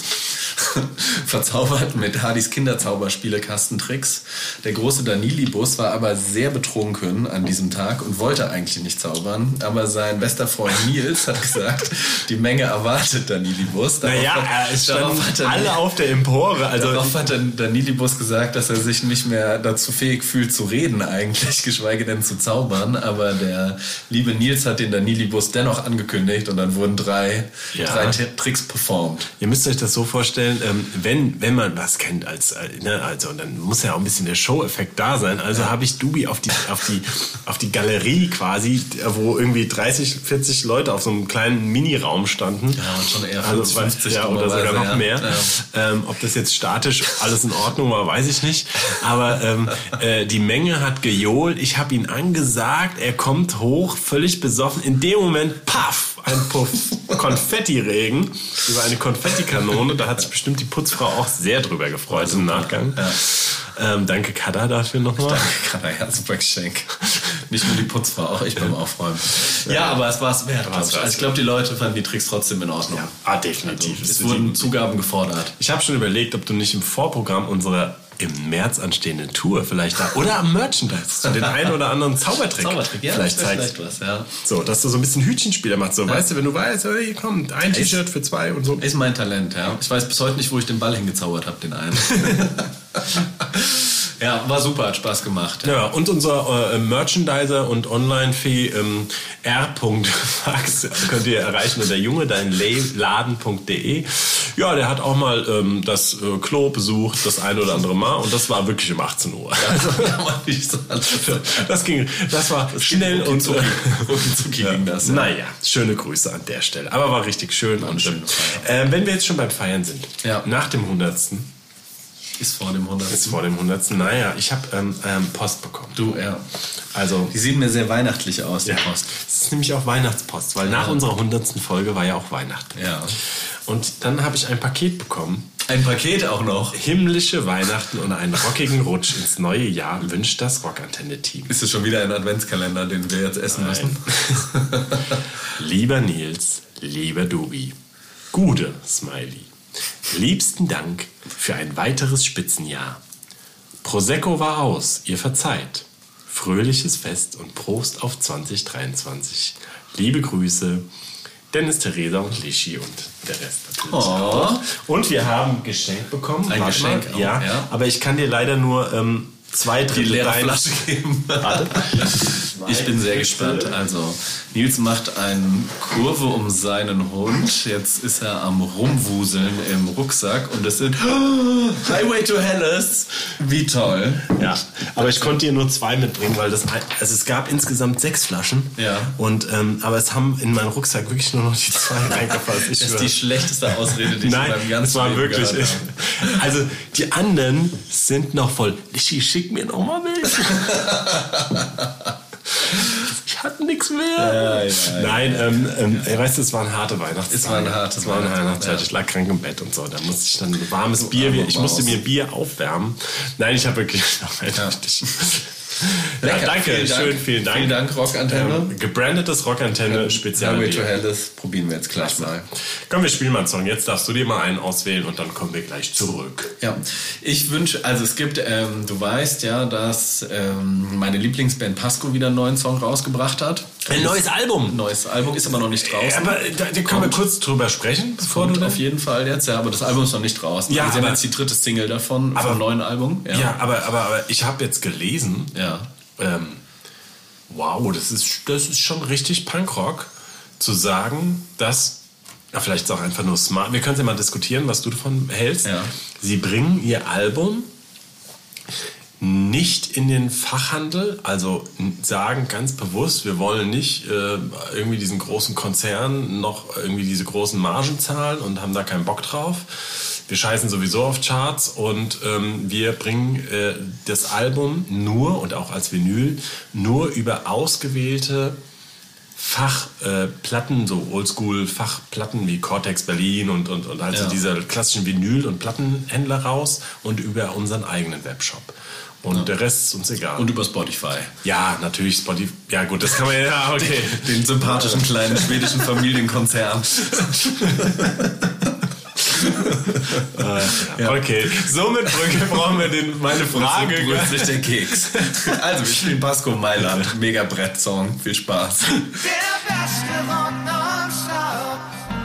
verzaubert mit Hardys Kinderzauberspiele Kastentricks. Der große Danili-Bus war aber sehr betrunken an diesem Tag und wollte eigentlich nicht zaubern, aber sein bester Freund Nils hat gesagt, die Menge erwartet Danili-Bus. Naja, hat, es standen alle auf der Empore. Also darauf hat der Danili-Bus gesagt, dass er sich nicht mehr dazu fähig fühlt zu reden eigentlich, geschweige denn zu zaubern, aber der liebe Nils hat den Danili-Bus dennoch angekündigt und dann wurden drei, ja. drei Tricks performt. Ihr müsst euch das so vorstellen, wenn, wenn man was kennt, als, ne, also dann muss ja auch ein bisschen der Show-Effekt da sein. Also ja. habe ich Dubi auf die, auf, die, auf die Galerie quasi, wo irgendwie dreißig, vierzig Leute auf so einem kleinen Mini-Raum standen. Ja, und schon eher fünfzig, also, fünfzig ja, oder sogar noch ja. mehr. Ja. Ähm, ob das jetzt statisch alles in Ordnung war, weiß ich nicht. Aber ähm, äh, die Menge hat gejohlt. Ich habe ihn angesagt, er kommt hoch, völlig besoffen. In dem Moment, paff, ein Puff Konfettiregen über eine Konfettikanone. Da hat sich bestimmt die Putzfrau auch sehr drüber gefreut also, im Nachgang. Ja. Ähm, danke Kada dafür nochmal. Danke Kada, ja, super Geschenk. Nicht nur die Putzfrau, auch ich beim Aufräumen. Ja, ja aber es war es wert. Also ich glaube, die Leute fanden die Tricks trotzdem in Ordnung. Ja, ah, definitiv. Also, es wurden Zugaben gefordert. Ich habe schon überlegt, ob du nicht im Vorprogramm unserer im März anstehende Tour vielleicht da oder am Merchandise den einen oder anderen Zaubertrick, Zaubertrick ja, vielleicht zeigst. Vielleicht was, ja. So, dass du so ein bisschen Hütchenspieler machst. So, ja. Weißt du, wenn du weißt, hey, komm, ein T-Shirt für zwei und so. Ist mein Talent, ja. Ich weiß bis heute nicht, wo ich den Ball hingezaubert habe, den einen. Ja, war super, hat Spaß gemacht. Ja, und unser äh, Merchandiser und Online-Fee ähm, r punkt fax könnt ihr erreichen unter junge dein laden punkt de. Ja, der hat auch mal ähm, das äh, Klo besucht, das ein oder andere Mal, und das war wirklich um achtzehn Uhr. Also, das ging, das war das schnell und so. Ja. Ging das, ja. Naja, schöne Grüße an der Stelle. Aber war richtig schön. War und schön äh, wenn wir jetzt schon beim Feiern sind, ja. nach dem hundertsten Ist vor dem hundertsten Ist vor dem hundertsten Naja, ich habe ähm, ähm, Post bekommen. Du, ja. Also, die sieht mir sehr weihnachtlich aus, die ja, Post. Es ist nämlich auch Weihnachtspost, weil ja. nach unserer hundertsten Folge war ja auch Weihnachten. Ja. Und dann habe ich ein Paket bekommen. Ein Paket auch noch? Himmlische Weihnachten und einen rockigen Rutsch ins neue Jahr wünscht das Rockantenne-Team. Ist es schon wieder ein Adventskalender, den wir jetzt essen Nein. müssen? Lieber Nils, lieber Dubi, Gude, Smiley, liebsten Dank für ein weiteres Spitzenjahr. Prosecco war aus, ihr verzeiht. Fröhliches Fest und Prost auf zwanzig dreiundzwanzig. Liebe Grüße, Dennis, Theresa und Lischi und der Rest natürlich oh. auch. Und wir haben ein Geschenk bekommen. Ein Warte Geschenk mal. auch, ja, ja. Aber ich kann dir leider nur ähm, zwei Drittel die leere deines- Flasche geben. Warte. Ich bin sehr gespannt. Also, Nils macht eine Kurve um seinen Hund. Jetzt ist er am Rumwuseln im Rucksack und es sind oh, Highway to Hellas. Wie toll. Ja, aber ich konnte dir nur zwei mitbringen, weil das, also es gab insgesamt sechs Flaschen. Ja. Und, ähm, aber es haben in meinen Rucksack wirklich nur noch die zwei reingefallen. Ich Das ist schwöre. die schlechteste Ausrede, die Nein, ich in meinem ganzen es war Leben wirklich. gehört habe. Also die anderen sind noch voll. Lischi, schick mir noch mal welche. Ich hatte nichts mehr. Ja, ja, Nein, ähm, ähm, ja. weißt du, es war eine harte Weihnachtszeit. Es war eine harte es war eine Weihnachtszeit, Weihnachtszeit. ja. Ich lag krank im Bett und so. Da musste ich dann ein warmes Du Bier. arme Ich musste Maus. mir Bier aufwärmen. Nein, ich habe wirklich noch ein Ja. richtig. Lecker, Ja, danke, vielen Dank. schön, vielen Dank. Vielen Dank, Rockantenne. Ähm, gebrandetes Rockantenne Spezial. Highway to Hellas probieren wir jetzt gleich mal. Komm, wir spielen mal einen Song. Jetzt darfst du dir mal einen auswählen und dann kommen wir gleich zurück. Ja, ich wünsche, also es gibt, ähm, du weißt ja, dass ähm, meine Lieblingsband Pasco wieder einen neuen Song rausgebracht hat. Ein neues Album. Ein neues Album ist aber noch nicht draußen. Aber da, da können wir kurz drüber sprechen, bevor Kommt du auf jeden Fall jetzt, ja, aber das Album ist noch nicht draußen. Ja, Wir sehen aber- jetzt die dritte Single davon, Aber- vom neuen Album. Ja, ja aber, aber, aber ich habe jetzt gelesen, Ja. ähm, wow, das ist, das ist schon richtig Punkrock, zu sagen, dass, ja, vielleicht ist es auch einfach nur smart, wir können es ja mal diskutieren, was du davon hältst. Ja. Sie bringen ihr Album nicht in den Fachhandel, also n- sagen ganz bewusst, wir wollen nicht äh, irgendwie diesen großen Konzern noch irgendwie diese großen Margen zahlen und haben da keinen Bock drauf. Wir scheißen sowieso auf Charts und ähm, wir bringen äh, das Album nur und auch als Vinyl nur über ausgewählte Fachplatten, äh, Platten, so Oldschool-Fachplatten wie Cortex Berlin und, und, und also Ja. diese klassischen Vinyl- und Plattenhändler raus und über unseren eigenen Webshop. Und der Rest ist uns egal. Und über Spotify. ja, natürlich Spotify. Ja gut, das kann man ja, okay. Den sympathischen kleinen schwedischen Familienkonzern. Ja. Okay, somit Brücke brauchen wir den, meine Frage. So brüllt sich der Keks. Also, wir spielen Pasco Mailand. Mega Brett-Song. Viel Spaß. Der beste Rock nonstop.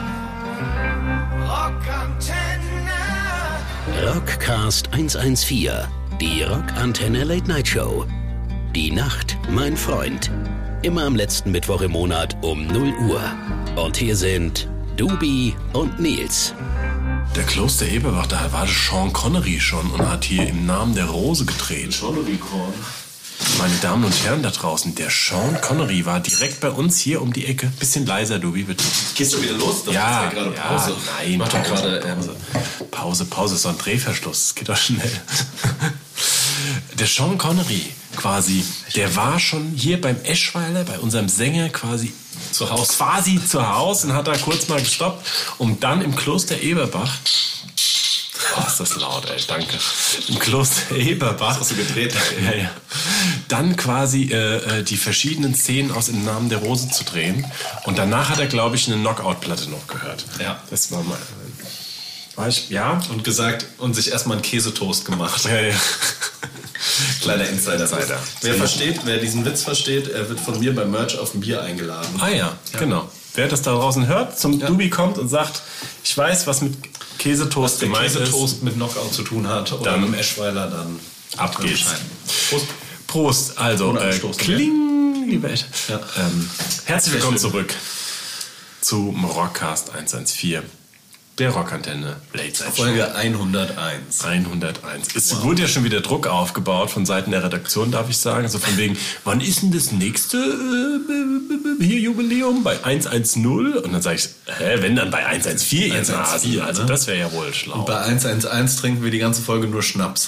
Rockantenne. Rockcast hundertvierzehn, die Rockantenne Late Night Show. Die Nacht, mein Freund. Immer am letzten Mittwoch im Monat um null Uhr. Und hier sind Dubi und Nils. Der Kloster Eberbach, da war Sean Connery schon und hat hier im Namen der Rose gedreht. Meine Damen und Herren da draußen, der Sean Connery war direkt bei uns hier um die Ecke. Bisschen leiser, Dubi, bitte. Gehst du wieder los? Das Ja, ist ja gerade ja, Pause. nein, Mach doch Pause, gerade, ähm, Pause. Pause, Pause, ist doch ein Drehverschluss, das geht doch schnell. Der Sean Connery quasi, der war schon hier beim Eschweiler, bei unserem Sänger quasi Zu Hause. quasi zu Hause und hat da kurz mal gestoppt, um dann im Kloster Eberbach, oh, ist das laut, ey, danke, im Kloster Eberbach, hast du gedreht. ja, ja. Dann quasi äh, äh, die verschiedenen Szenen aus Im Namen der Rose zu drehen. Und danach hat er, glaube ich, eine Knockout-Platte noch gehört. Ja. Das war mal. War ich, ja? Und gesagt, und sich erstmal einen Käsetoast gemacht. Ja, ja. Kleiner Insider. Insider. Wer versteht, wer diesen Witz versteht, er wird von mir beim Merch auf ein Bier eingeladen. Ah ja, genau. Wer das da draußen hört, zum Ja. Dubi kommt und sagt, ich weiß, was mit Käsetoast Was der gemeint ist. Käsetoast mit Knockout zu tun hat oder Dann- mit dem Eschweiler, dann Ab geht's. Prost. Prost. Also, äh, kling, liebe Eltern. Ja. Ähm, herzlich willkommen zurück zum Rockcast hundertvierzehn. Der Rockantenne Late Night Show. Folge hunderteins. hunderteins. Es wow. wurde ja schon wieder Druck aufgebaut von Seiten der Redaktion, darf ich sagen. So von wegen, wann ist denn das nächste äh, hier Jubiläum? Bei hundertzehn? Und dann sage ich, hä, wenn dann bei hundertvierzehn jetzt Nasen? Also das wäre ja wohl schlau. Und bei hundertelf trinken wir die ganze Folge nur Schnaps.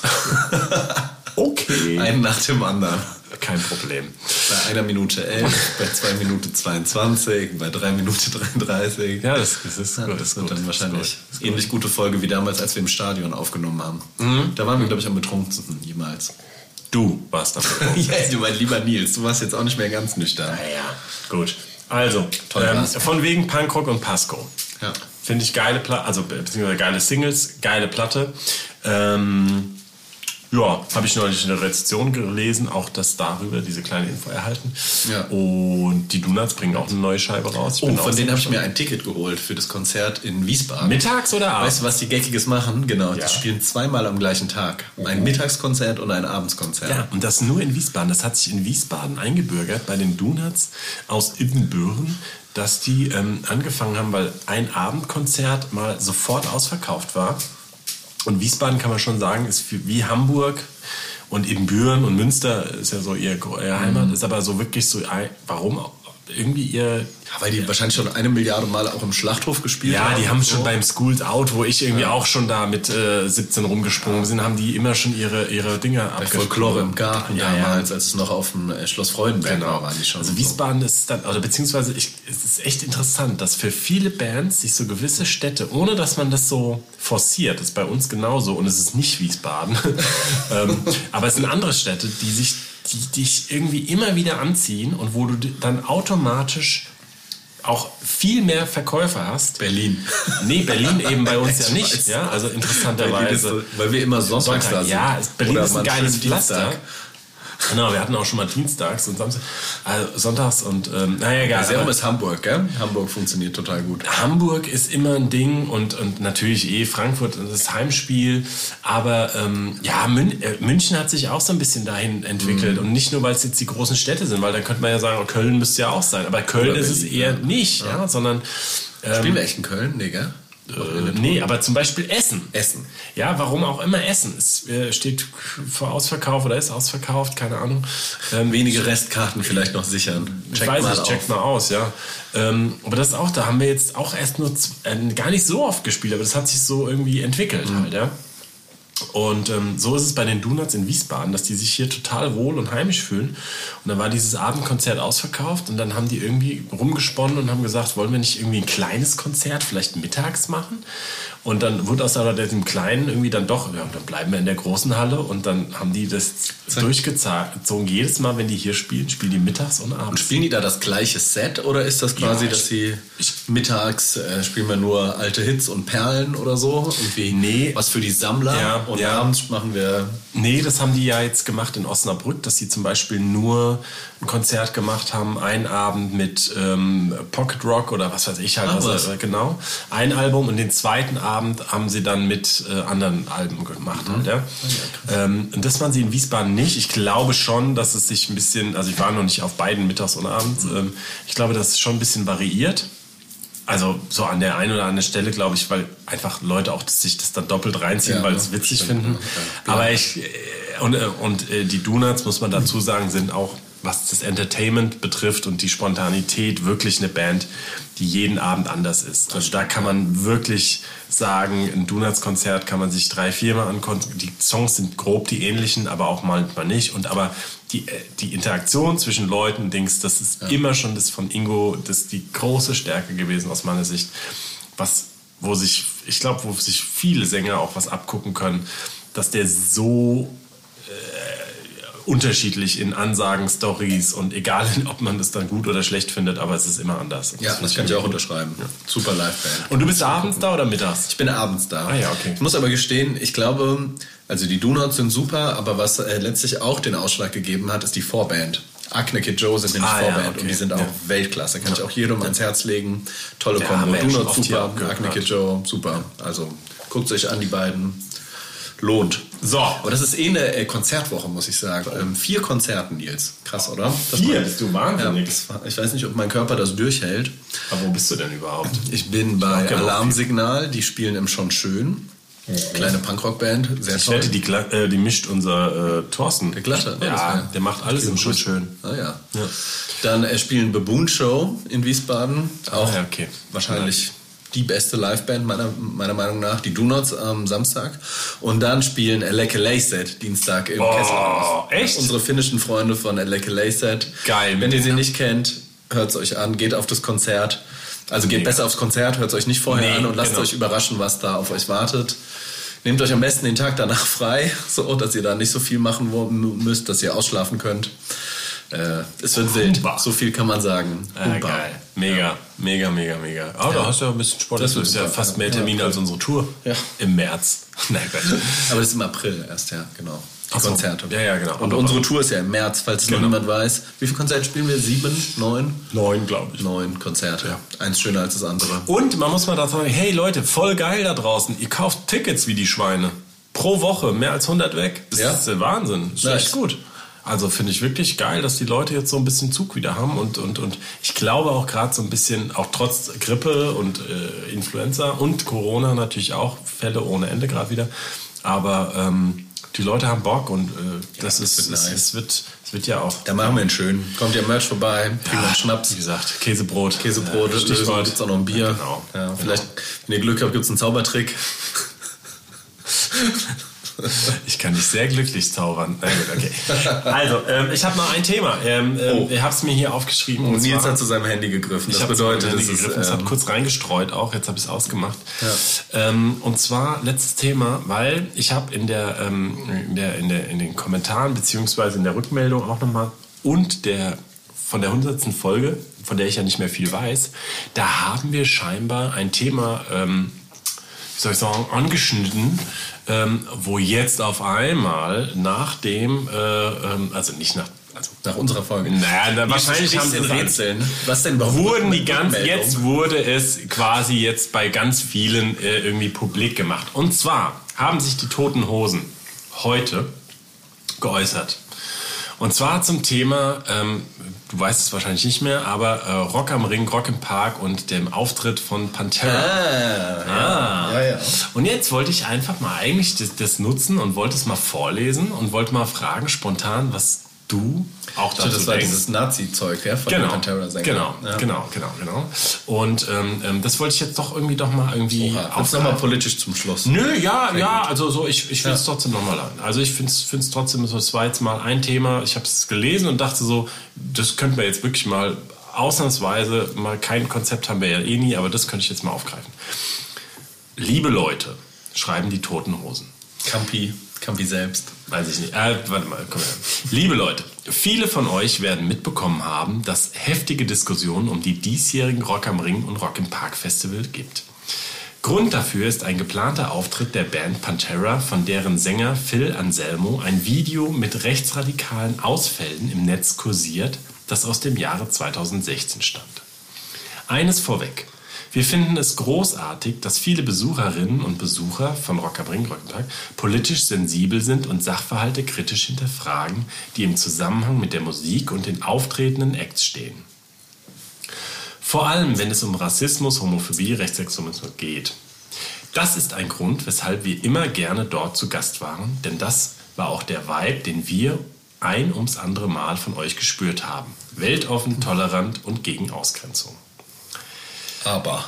Okay. Einen nach dem anderen. Kein Problem. Bei einer Minute elf, bei zwei Minuten zweiundzwanzig, bei drei Minuten dreiunddreißig. Ja, das, das ist ja, gut. Das ist wird gut, dann wahrscheinlich ist gut. Ähnlich gute Folge wie damals, als wir im Stadion aufgenommen haben. Mhm. Da waren wir, glaube ich, am betrunkensten jemals. Du warst dafür. Ja, du mein lieber Nils, du warst jetzt auch nicht mehr ganz nüchtern. Naja, gut. Also, ähm, von wegen Punkrock und Pasco. Ja. Finde ich geile Platte, also beziehungsweise geile Singles, geile Platte. Ähm, ja, habe ich neulich in der Rezension gelesen, auch das darüber, diese kleine Info erhalten. Ja. Und die Donuts bringen auch eine neue Scheibe raus. Ich oh, von denen habe ich mir ein Ticket geholt für das Konzert in Wiesbaden. Mittags oder abends? Weißt du, was die Geckiges machen? Genau, ja. die spielen zweimal am gleichen Tag. Ein Mittagskonzert und ein Abendskonzert. Ja, und das nur in Wiesbaden. Das hat sich in Wiesbaden eingebürgert bei den Donuts aus Ibbenbüren, dass die ähm, angefangen haben, weil ein Abendkonzert mal sofort ausverkauft war. Und Wiesbaden kann man schon sagen, ist wie Hamburg und Ibbenbüren und Münster ist ja so ihr, ihr Heimat, mhm. ist aber so wirklich so, warum irgendwie ihr... Ja, weil die wahrscheinlich schon eine Milliarde Mal auch im Schlachthof gespielt ja, haben. Ja, die haben so. schon beim School's Out, wo ich irgendwie ja. auch schon da mit äh, siebzehn rumgesprungen ja. bin, haben die immer schon ihre, ihre Dinger abgespielt. Folklore im Garten ja, damals, ja. als es noch auf dem äh, Schloss Freudenberg genau. war, waren die schon. Also Wiesbaden so. Ist dann, oder beziehungsweise ich, es ist echt interessant, dass für viele Bands sich so gewisse Städte, ohne dass man das so forciert, das ist bei uns genauso und es ist nicht Wiesbaden, ähm, aber es sind andere Städte, die sich die dich irgendwie immer wieder anziehen und wo du dann automatisch auch viel mehr Verkäufer hast. Berlin. Nee, Berlin eben bei uns ja nicht. Ja, also interessanterweise. Weil wir immer sonntags da sind. Ja, Berlin Oder ist ein geiles Pflaster. Genau, wir hatten auch schon mal dienstags und samstags, also sonntags und ähm, naja, egal. Serum ist Hamburg, gell? Hamburg funktioniert total gut. Hamburg ist immer ein Ding und, und natürlich eh Frankfurt das Heimspiel, aber ähm, ja, Mün- äh, München hat sich auch so ein bisschen dahin entwickelt mhm. und nicht nur, weil es jetzt die großen Städte sind, weil dann könnte man ja sagen, oh, Köln müsste ja auch sein, aber Köln Oder ist Berlin, es eher ja. nicht, ja, ja sondern... Ähm, Spielen wir echt in Köln? Nee, gell? Äh, nee, aber zum Beispiel Essen. Essen. Ja, warum auch immer Essen. Es äh, steht vor Ausverkauf oder ist ausverkauft, keine Ahnung. Ähm, Wenige Restkarten vielleicht noch sichern. Check ich weiß mal nicht, auf. checkt mal aus, ja. Ähm, aber das ist auch, da haben wir jetzt auch erst nur z- äh, gar nicht so oft gespielt, aber das hat sich so irgendwie entwickelt mhm. halt, ja. Und ähm, so ist es bei den Donuts in Wiesbaden, dass die sich hier total wohl und heimisch fühlen. Und dann war dieses Abendkonzert ausverkauft und dann haben die irgendwie rumgesponnen und haben gesagt, wollen wir nicht irgendwie ein kleines Konzert, vielleicht mittags machen? Und dann wurde aus dem Kleinen irgendwie dann doch, ja, dann bleiben wir in der großen Halle und dann haben die das durchgezogen. Jedes Mal, wenn die hier spielen, spielen die mittags und abends. Und spielen die da das gleiche Set oder ist das quasi, ja, ich, dass sie ich, mittags äh, spielen wir nur alte Hits und Perlen oder so? Irgendwie nee. Was für die Sammler ja, und ja. abends machen wir... Nee, das haben die ja jetzt gemacht in Osnabrück, dass sie zum Beispiel nur ein Konzert gemacht haben, einen Abend mit ähm, Pocket Rock oder was weiß ich halt. Ach, also, was? äh, genau, ein Album und den zweiten Abend haben sie dann mit äh, anderen Alben gemacht. Mhm. Halt, ja. Ja, ähm, und das waren sie in Wiesbaden nicht. Ich glaube schon, dass es sich ein bisschen, also ich war noch nicht auf beiden mittags und abends, mhm. ähm, ich glaube, dass es schon ein bisschen variiert. Also so an der einen oder anderen Stelle, glaube ich, weil einfach Leute auch sich das dann doppelt reinziehen, ja, weil es witzig stimmt. finden. Ja. Aber ich, und, und die Donuts, muss man dazu sagen, sind auch, was das Entertainment betrifft und die Spontanität, wirklich eine Band, die jeden Abend anders ist. Also da kann man wirklich sagen, ein Donuts-Konzert kann man sich drei, viermal angucken. Die Songs sind grob die ähnlichen, aber auch manchmal nicht. Und aber die, die Interaktion zwischen Leuten, Dings, das ist ja. immer schon das von Ingo, das ist die große Stärke gewesen aus meiner Sicht, was, wo sich, ich glaube, wo sich viele Sänger auch was abgucken können, dass der so unterschiedlich in Ansagen, Stories und egal, ob man das dann gut oder schlecht findet, aber es ist immer anders. Ja, das, das kann ich auch unterschreiben. Ja. Super Liveband. Und du bist abends da oder mittags? Ich bin abends da. Ah ja, okay. Ich muss aber gestehen, ich glaube, also die Donuts sind super, aber was äh, letztlich auch den Ausschlag gegeben hat, ist die Vorband. Acne Kid Joe sind nämlich ah, Vorband ja, okay. und die sind auch ja. Weltklasse. Kann ja. ich auch jedem ans Herz legen. Tolle ja, Kombo. Donuts super, Acne Kid Joe super. Also guckt euch an, die beiden. lohnt. So, aber das ist eh eine äh, Konzertwoche, muss ich sagen. Ähm, vier Konzerten, Nils. Krass, oder? Das Vier? war- Bist du wahnsinnig? Ja, das war, ich weiß nicht, ob mein Körper das durchhält. Aber wo bist du denn überhaupt? Ich bin bei gerne auch Alarmsignal, die spielen im Schon Schön. Kleine Punkrock-Band, sehr Ich toll. wette, die, Gla- äh, die mischt unser äh, Thorsten. Der Glatte, ne? Das Ja, wär- der macht alles im schon schön. Ah, ja. Dann äh, spielen Baboon Show in Wiesbaden. Auch Ah, ja, okay. wahrscheinlich die beste Liveband meiner, meiner Meinung nach. Die Donuts am Samstag. Und dann spielen Eleke Leyset Dienstag im Oh, Kesselhaus. echt? Unsere finnischen Freunde von Eleke Leyset. Geil. Wenn ihr sie nicht kennt, hört es euch an, geht auf das Konzert. Also geht Mega. besser aufs Konzert, hört es euch nicht vorher Nee, an und lasst genau. euch überraschen, was da auf euch wartet. Nehmt euch am besten den Tag danach frei, so dass ihr da nicht so viel machen wo- müsst, dass ihr ausschlafen könnt. Äh, es wird wild, Humba. so viel kann man sagen. Ah, Humba. geil. Mega, mega, mega, mega. Aber Ja. da hast du ja ein bisschen Sport. Das Das wird ist ja super. fast mehr Ja, Termine cool. als unsere Tour Ja. im März. Nein, Gott. Aber das ist im April erst, ja, genau. Die Ach so. Konzerte. Ja, ja, genau. Und Aber- unsere Tour ist ja im März, falls es Genau. noch niemand weiß. Wie viele Konzerte spielen wir? Sieben? Neun? Neun, glaube ich. Neun Konzerte. Eins schöner als das andere. Und man muss mal dazu sagen, hey Leute, voll geil da draußen. Ihr kauft Tickets wie die Schweine. Pro Woche, mehr als hundert weg. Das Ja. ist der Wahnsinn. Das ist Nice. echt gut. Also finde ich wirklich geil, dass die Leute jetzt so ein bisschen Zug wieder haben. Und, und, und ich glaube auch gerade so ein bisschen, auch trotz Grippe und äh, Influenza und Corona natürlich auch, Fälle ohne Ende gerade wieder. Aber ähm, die Leute haben Bock und äh, das, das ist, wird es, nice. es, wird, es wird ja auch... Da machen wir einen schönen. Kommt ihr Merch vorbei, kriegen wir einen Schnaps. Wie gesagt, Käsebrot. Käsebrot, äh, Stichwort. gibt es auch noch ein Bier. Ja, genau. Ja, vielleicht, wenn ihr Glück habt, gibt es einen Zaubertrick. Ich kann dich sehr glücklich zaubern. Na gut, okay. Also, ähm, ich habe noch ein Thema. Ähm, ähm, Oh. Ich habe es mir hier aufgeschrieben. Und und Nils zwar- hat zu seinem Handy gegriffen. Ich Das habe bedeutet, es es ist, gegriffen, es hat ähm, kurz reingestreut auch, jetzt habe ich es ausgemacht. Ja. Ähm, und zwar letztes Thema, weil ich habe in der, ähm, in der in der in den Kommentaren beziehungsweise in der Rückmeldung auch nochmal und der von der hundertsten Folge, von der ich ja nicht mehr viel weiß, da haben wir scheinbar ein Thema, ähm, wie soll ich sagen, angeschnitten, ähm, wo jetzt auf einmal nach dem, äh, ähm, also nicht nach, also nach unserer Folge. naja, na, Wie wahrscheinlich sprichst haben du sie in es Rätseln. Was denn überhaupt? wurden die mit ganz, Rückmeldung? jetzt wurde es quasi jetzt bei ganz vielen äh, irgendwie publik gemacht. Und zwar haben sich die Toten Hosen heute geäußert. Und zwar zum Thema, ähm, du weißt es wahrscheinlich nicht mehr, aber äh, Rock am Ring, Rock im Park und dem Auftritt von Pantera. Ah, ja, ja. Und jetzt wollte ich einfach mal eigentlich das, das nutzen und wollte es mal vorlesen und wollte mal fragen spontan, was du auch dazu Das war denkst. dieses Nazi-Zeug, ja, von Genau, den Pantera-Sängern. genau, ja. genau, genau, genau. Und ähm, ähm, das wollte ich jetzt doch irgendwie doch mal irgendwie Oha, jetzt aufgreifen. nochmal politisch zum Schluss. Nö, ja, Sehr ja, gut. also so, ich, ich will es Ja. trotzdem nochmal an. Also ich finde es trotzdem so, es war jetzt mal ein Thema, ich habe es gelesen und dachte so, das könnten wir jetzt wirklich mal ausnahmsweise, mal kein Konzept haben wir ja eh nie, aber das könnte ich jetzt mal aufgreifen. Liebe Leute, schreiben die Toten Hosen. Campi, Campi selbst. Weiß ich nicht. Äh, warte mal, komm her. Liebe Leute, viele von euch werden mitbekommen haben, dass heftige Diskussionen um die diesjährigen Rock am Ring und Rock im Park Festival gibt. Grund dafür ist ein geplanter Auftritt der Band Pantera, von deren Sänger Phil Anselmo ein Video mit rechtsradikalen Ausfällen im Netz kursiert, das aus dem Jahre zweitausendsechzehn stammt. Eines vorweg. Wir finden es großartig, dass viele Besucherinnen und Besucher von Rock am Ring, Rock im Park politisch sensibel sind und Sachverhalte kritisch hinterfragen, die im Zusammenhang mit der Musik und den auftretenden Acts stehen. Vor allem, wenn es um Rassismus, Homophobie, Rechtsextremismus geht. Das ist ein Grund, weshalb wir immer gerne dort zu Gast waren, denn das war auch der Vibe, den wir ein ums andere Mal von euch gespürt haben. Weltoffen, tolerant und gegen Ausgrenzung. Aber.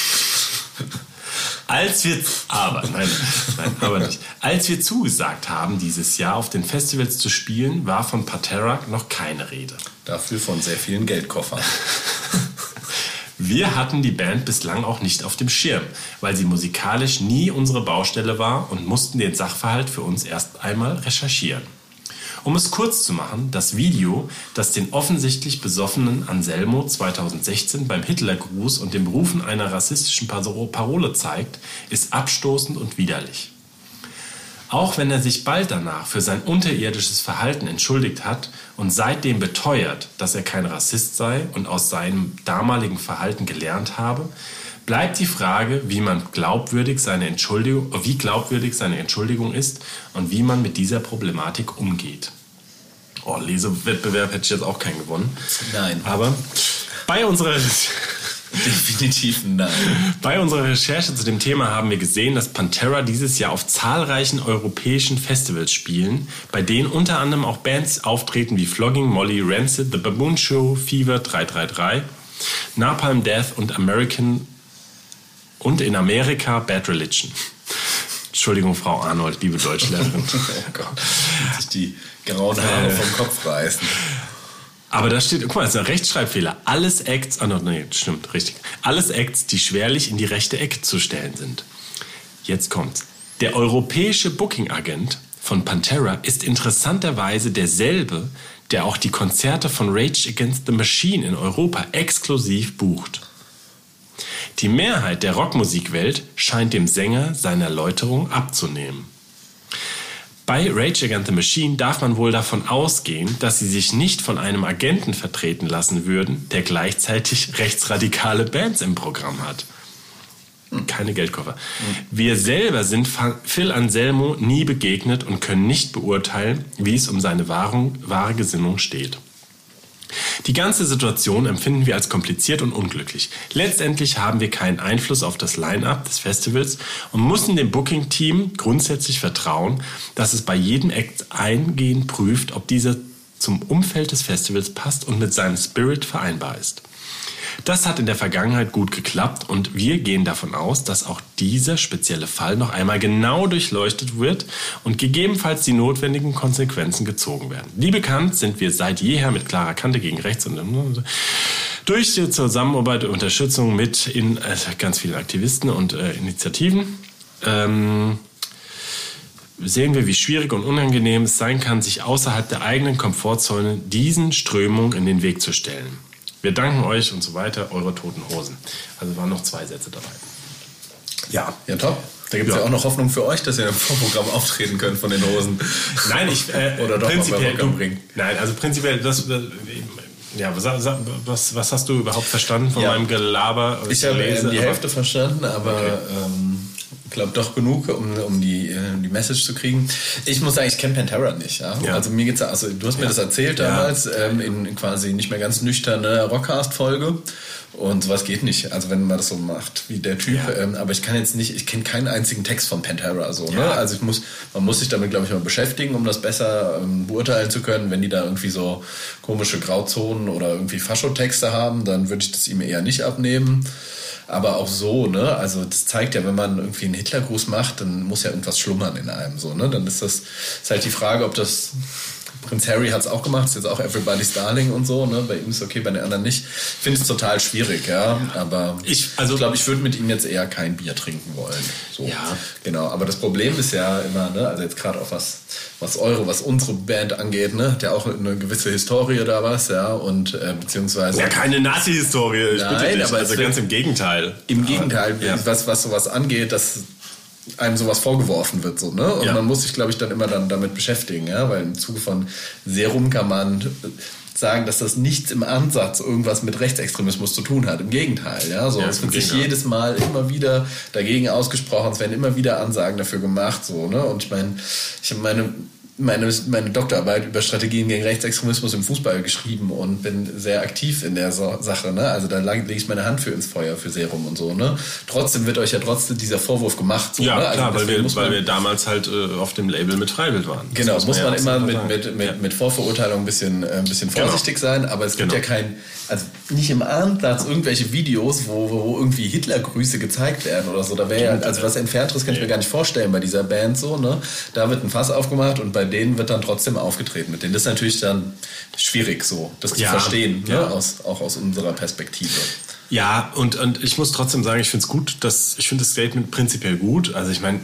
Als wir, aber, nein, nein, aber nicht. Als wir zugesagt haben, dieses Jahr auf den Festivals zu spielen, war von Pantera noch keine Rede. Dafür von sehr vielen Geldkoffern. Wir hatten die Band bislang auch nicht auf dem Schirm, weil sie musikalisch nie unsere Baustelle war und mussten den Sachverhalt für uns erst einmal recherchieren. Um es kurz zu machen, das Video, das den offensichtlich besoffenen Anselmo zweitausendsechzehn beim Hitlergruß und dem Rufen einer rassistischen Parole zeigt, ist abstoßend und widerlich. Auch wenn er sich bald danach für sein unterirdisches Verhalten entschuldigt hat und seitdem beteuert, dass er kein Rassist sei und aus seinem damaligen Verhalten gelernt habe, bleibt die Frage, wie man glaubwürdig seine Entschuldigung, wie glaubwürdig seine Entschuldigung ist und wie man mit dieser Problematik umgeht. Oh, Lesewettbewerb hätte ich jetzt auch keinen gewonnen. Nein. Aber bei unserer... Definitiv nein. Bei unserer Recherche zu dem Thema haben wir gesehen, dass Pantera dieses Jahr auf zahlreichen europäischen Festivals spielen, bei denen unter anderem auch Bands auftreten wie Flogging Molly, Rancid, The Baboon Show, Fever drei drei drei, Napalm Death und American und in Amerika Bad Religion. Entschuldigung, Frau Arnold, liebe Deutschlehrerin. Oh Gott, sich die grauen Haare vom Kopf reißen. Aber da steht, guck mal, das ist ein Rechtschreibfehler. Alles Acts, ah, oh, nee, stimmt, richtig. Alles Acts, die schwerlich in die rechte Ecke zu stellen sind. Jetzt kommt's. Der europäische Booking-Agent von Pantera ist interessanterweise derselbe, der auch die Konzerte von Rage Against the Machine in Europa exklusiv bucht. Die Mehrheit der Rockmusikwelt scheint dem Sänger seine Erläuterung abzunehmen. Bei Rage Against the Machine darf man wohl davon ausgehen, dass sie sich nicht von einem Agenten vertreten lassen würden, der gleichzeitig rechtsradikale Bands im Programm hat. Keine Geldkoffer. Wir selber sind Phil Anselmo nie begegnet und können nicht beurteilen, wie es um seine Wahrung, wahre Gesinnung steht. Die ganze Situation empfinden wir als kompliziert und unglücklich. Letztendlich haben wir keinen Einfluss auf das Line-Up des Festivals und müssen dem Booking-Team grundsätzlich vertrauen, dass es bei jedem Act eingehend prüft, ob dieser zum Umfeld des Festivals passt und mit seinem Spirit vereinbar ist. Das hat in der Vergangenheit gut geklappt und wir gehen davon aus, dass auch dieser spezielle Fall noch einmal genau durchleuchtet wird und gegebenenfalls die notwendigen Konsequenzen gezogen werden. Wie bekannt sind wir seit jeher mit klarer Kante gegen rechts und durch die Zusammenarbeit und Unterstützung mit in äh, ganz vielen Aktivisten und äh, Initiativen ähm, sehen wir, wie schwierig und unangenehm es sein kann, sich außerhalb der eigenen Komfortzone diesen Strömungen in den Weg zu stellen. Wir danken euch und so weiter, eure Toten Hosen. Also waren noch zwei Sätze dabei. Ja, ja top. Da gibt es ja. ja auch noch Hoffnung für euch, dass ihr im Vorprogramm auftreten könnt von den Hosen. Nein, ich... Äh, Oder doch prinzipiell, mal bringen. Nein, also prinzipiell, das... Ja, was, was, was hast du überhaupt verstanden von ja. meinem Gelaber? Ich habe ähm, die Hälfte verstanden, aber... Okay. Ähm, ich glaube doch genug, um, um die, äh, die Message zu kriegen. Ich muss sagen, ich kenne Pantera nicht. Ja? Ja. Also mir geht's, also du hast mir ja. das erzählt damals, ja. ähm, in quasi nicht mehr ganz nüchterne Rockcast-Folge. Und sowas geht nicht, also wenn man das so macht wie der Typ. Ja. Ähm, aber ich kann jetzt nicht, ich kenne keinen einzigen Text von Pantera. So, ja. ne? Also ich muss, man muss sich damit, glaube ich, mal beschäftigen, um das besser ähm, beurteilen zu können. Wenn die da irgendwie so komische Grauzonen oder irgendwie Fascho-Texte haben, dann würde ich das ihm eher nicht abnehmen. Aber auch so, ne, also das zeigt ja, wenn man irgendwie einen Hitlergruß macht, dann muss ja irgendwas schlummern in einem, so, ne, dann ist das, ist halt die Frage, ob das, Prinz Harry hat es auch gemacht, ist jetzt auch Everybody's Darling und so, ne, bei ihm ist es okay, bei den anderen nicht. Ich finde es total schwierig, ja, aber ich, also, ich glaube, ich würde mit ihm jetzt eher kein Bier trinken wollen, so. Ja. Genau, aber das Problem ist ja immer, ne, also jetzt gerade auch was, was eure, was unsere Band angeht, ne, hat ja auch eine gewisse Historie da was, ja, und äh, beziehungsweise... Ja, keine Nazi-Historie, ich Nein, bitte dich, aber also ganz im Gegenteil. Im Gegenteil, ja. was, was sowas angeht, dass einem sowas vorgeworfen wird, so, ne? Und ja. man muss sich, glaube ich, dann immer dann damit beschäftigen, ja, weil im Zuge von Serum kann man sagen, dass das nichts im Ansatz irgendwas mit Rechtsextremismus zu tun hat. Im Gegenteil, ja, so. Ja, es wird sich jedes Mal immer wieder dagegen ausgesprochen, es werden immer wieder Ansagen dafür gemacht, so, ne? Und ich meine, ich habe meine Meine, meine Doktorarbeit über Strategien gegen Rechtsextremismus im Fußball geschrieben und bin sehr aktiv in der so- Sache. Ne? Also da lege ich meine Hand für ins Feuer für Serum und so. Ne? Trotzdem wird euch ja trotzdem dieser Vorwurf gemacht. So, ja, ne? Also klar, weil, wir, weil wir damals halt äh, auf dem Label mit Freiwild waren. Das genau, muss man, muss man ja immer mit, mit, mit, ja. mit Vorverurteilung ein bisschen, äh, ein bisschen vorsichtig genau. sein. Aber es gibt genau. ja kein, also nicht im Ansatz irgendwelche Videos, wo, wo irgendwie Hitlergrüße gezeigt werden oder so. Da wäre ja, also was Entfernteres kann ich mir gar nicht vorstellen bei dieser Band so. Ne? Da wird ein Fass aufgemacht und bei denen wird dann trotzdem aufgetreten mit denen. Das ist natürlich dann schwierig so, das zu ja, verstehen, ja. Ne? Aus, auch aus unserer Perspektive. Ja, und, und ich muss trotzdem sagen, ich finde es gut, dass, ich finde das Statement prinzipiell gut. Also ich meine,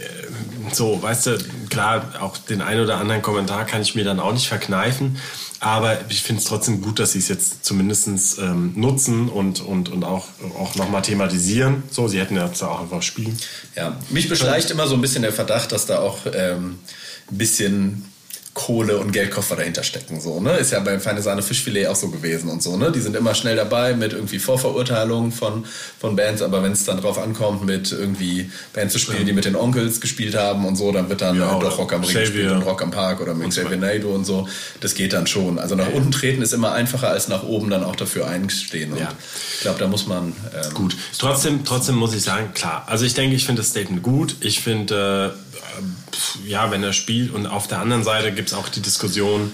so, weißt du, klar, auch den einen oder anderen Kommentar kann ich mir dann auch nicht verkneifen, aber ich finde es trotzdem gut, dass sie es jetzt zumindest ähm, nutzen und, und, und auch, auch nochmal thematisieren. So, sie hätten ja jetzt auch einfach spielen. Ja, mich beschleicht immer so ein bisschen der Verdacht, dass da auch ähm, ein bisschen Kohle und Geldkoffer dahinter stecken. So, ne? Ist ja beim Feine Sahne Fischfilet auch so gewesen und so. Ne? Die sind immer schnell dabei mit irgendwie Vorverurteilungen von, von Bands, aber wenn es dann drauf ankommt, mit irgendwie Bands zu spielen, die mit den Onkels gespielt haben und so, dann wird dann ja, doch Rock am Ring gespielt und Rock am Park oder mit Xavier Naidoo und so. Das geht dann schon. Also nach ja. unten treten ist immer einfacher als nach oben dann auch dafür einstehen. Und ja. ich glaube, da muss man... Ähm, gut. Trotzdem, trotzdem muss ich sagen, klar. Also ich denke, ich finde das Statement gut. Ich finde... Äh, ja, wenn er spielt und auf der anderen Seite gibt es auch die Diskussion,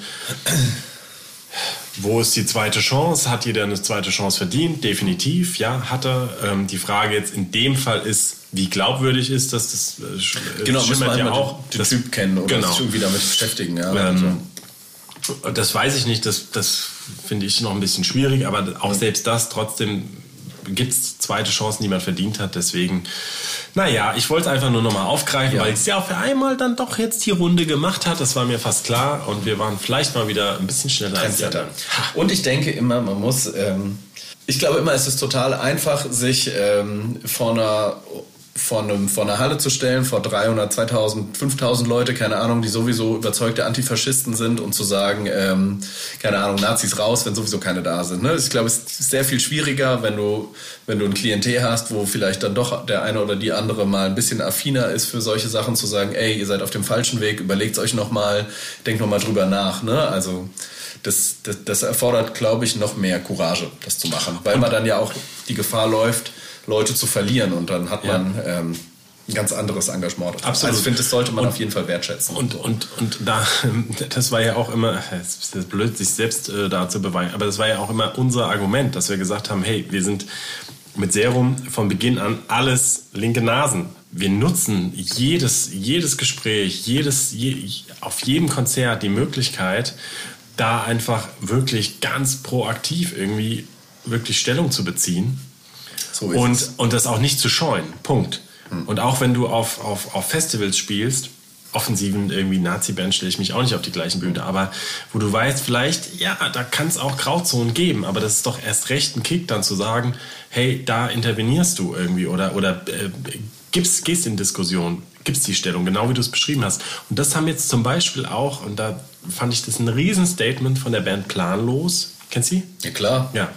wo ist die zweite Chance? Hat jeder eine zweite Chance verdient? Definitiv, ja, hat er. Ähm, die Frage jetzt in dem Fall ist, wie glaubwürdig ist das? Das äh, genau, muss man ja auch den das, Typ kennen oder genau. sich irgendwie damit beschäftigen. Ja, ähm, also. Das weiß ich nicht, das, das finde ich noch ein bisschen schwierig, aber auch selbst das trotzdem gibt es zweite Chancen, die man verdient hat. Deswegen, naja, ich wollte es einfach nur nochmal aufgreifen, ja. weil es ja auf einmal dann doch jetzt die Runde gemacht hat. Das war mir fast klar. Und wir waren vielleicht mal wieder ein bisschen schneller als die anderen. Und ich denke immer, man muss... Ähm, ich glaube immer, es ist total einfach, sich ähm, vor einer... Vor, einem, vor einer Halle zu stellen, vor dreihundert, zweitausend, fünftausend Leute, keine Ahnung, die sowieso überzeugte Antifaschisten sind und zu sagen, ähm, keine Ahnung, Nazis raus, wenn sowieso keine da sind. Ne? Ich glaube, es ist sehr viel schwieriger, wenn du, wenn du ein Klientel hast, wo vielleicht dann doch der eine oder die andere mal ein bisschen affiner ist für solche Sachen, zu sagen, ey, ihr seid auf dem falschen Weg, überlegt euch nochmal, denkt nochmal drüber nach. Ne? Also das, das, das erfordert, glaube ich, noch mehr Courage, das zu machen, weil man dann ja auch die Gefahr läuft, Leute zu verlieren und dann hat man ja. ähm, ein ganz anderes Engagement. Absolut. Also ich finde, das sollte man und, auf jeden Fall wertschätzen. Und, und, und da, das war ja auch immer, es ist blöd, sich selbst äh, da zu beweisen, aber das war ja auch immer unser Argument, dass wir gesagt haben, hey, wir sind mit Serum von Beginn an alles linke Nasen. Wir nutzen jedes, jedes Gespräch, jedes, je, auf jedem Konzert die Möglichkeit, da einfach wirklich ganz proaktiv irgendwie wirklich Stellung zu beziehen. So und, und das auch nicht zu scheuen. Punkt. Hm. Und auch wenn du auf, auf, auf Festivals spielst, offensiven irgendwie Nazi-Band stelle ich mich auch nicht auf die gleichen Bühne, aber wo du weißt, vielleicht, ja, da kann es auch Grauzonen geben, aber das ist doch erst recht ein Kick, dann zu sagen, hey, da intervenierst du irgendwie oder, oder äh, gibst, gehst in Diskussion, gibst die Stellung, genau wie du es beschrieben hast. Und das haben jetzt zum Beispiel auch, und da fand ich das ein Riesenstatement von der Band Planlos. Kennst du die? Ja, klar. Ja.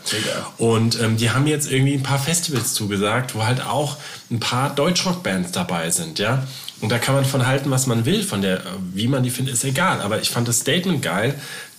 Und ähm, die haben jetzt irgendwie ein paar Festivals zugesagt, wo halt auch ein paar Deutschrock-Bands dabei sind, ja. Und da kann man von halten, was man will, von der, wie man die findet, ist egal. Aber ich fand das Statement geil,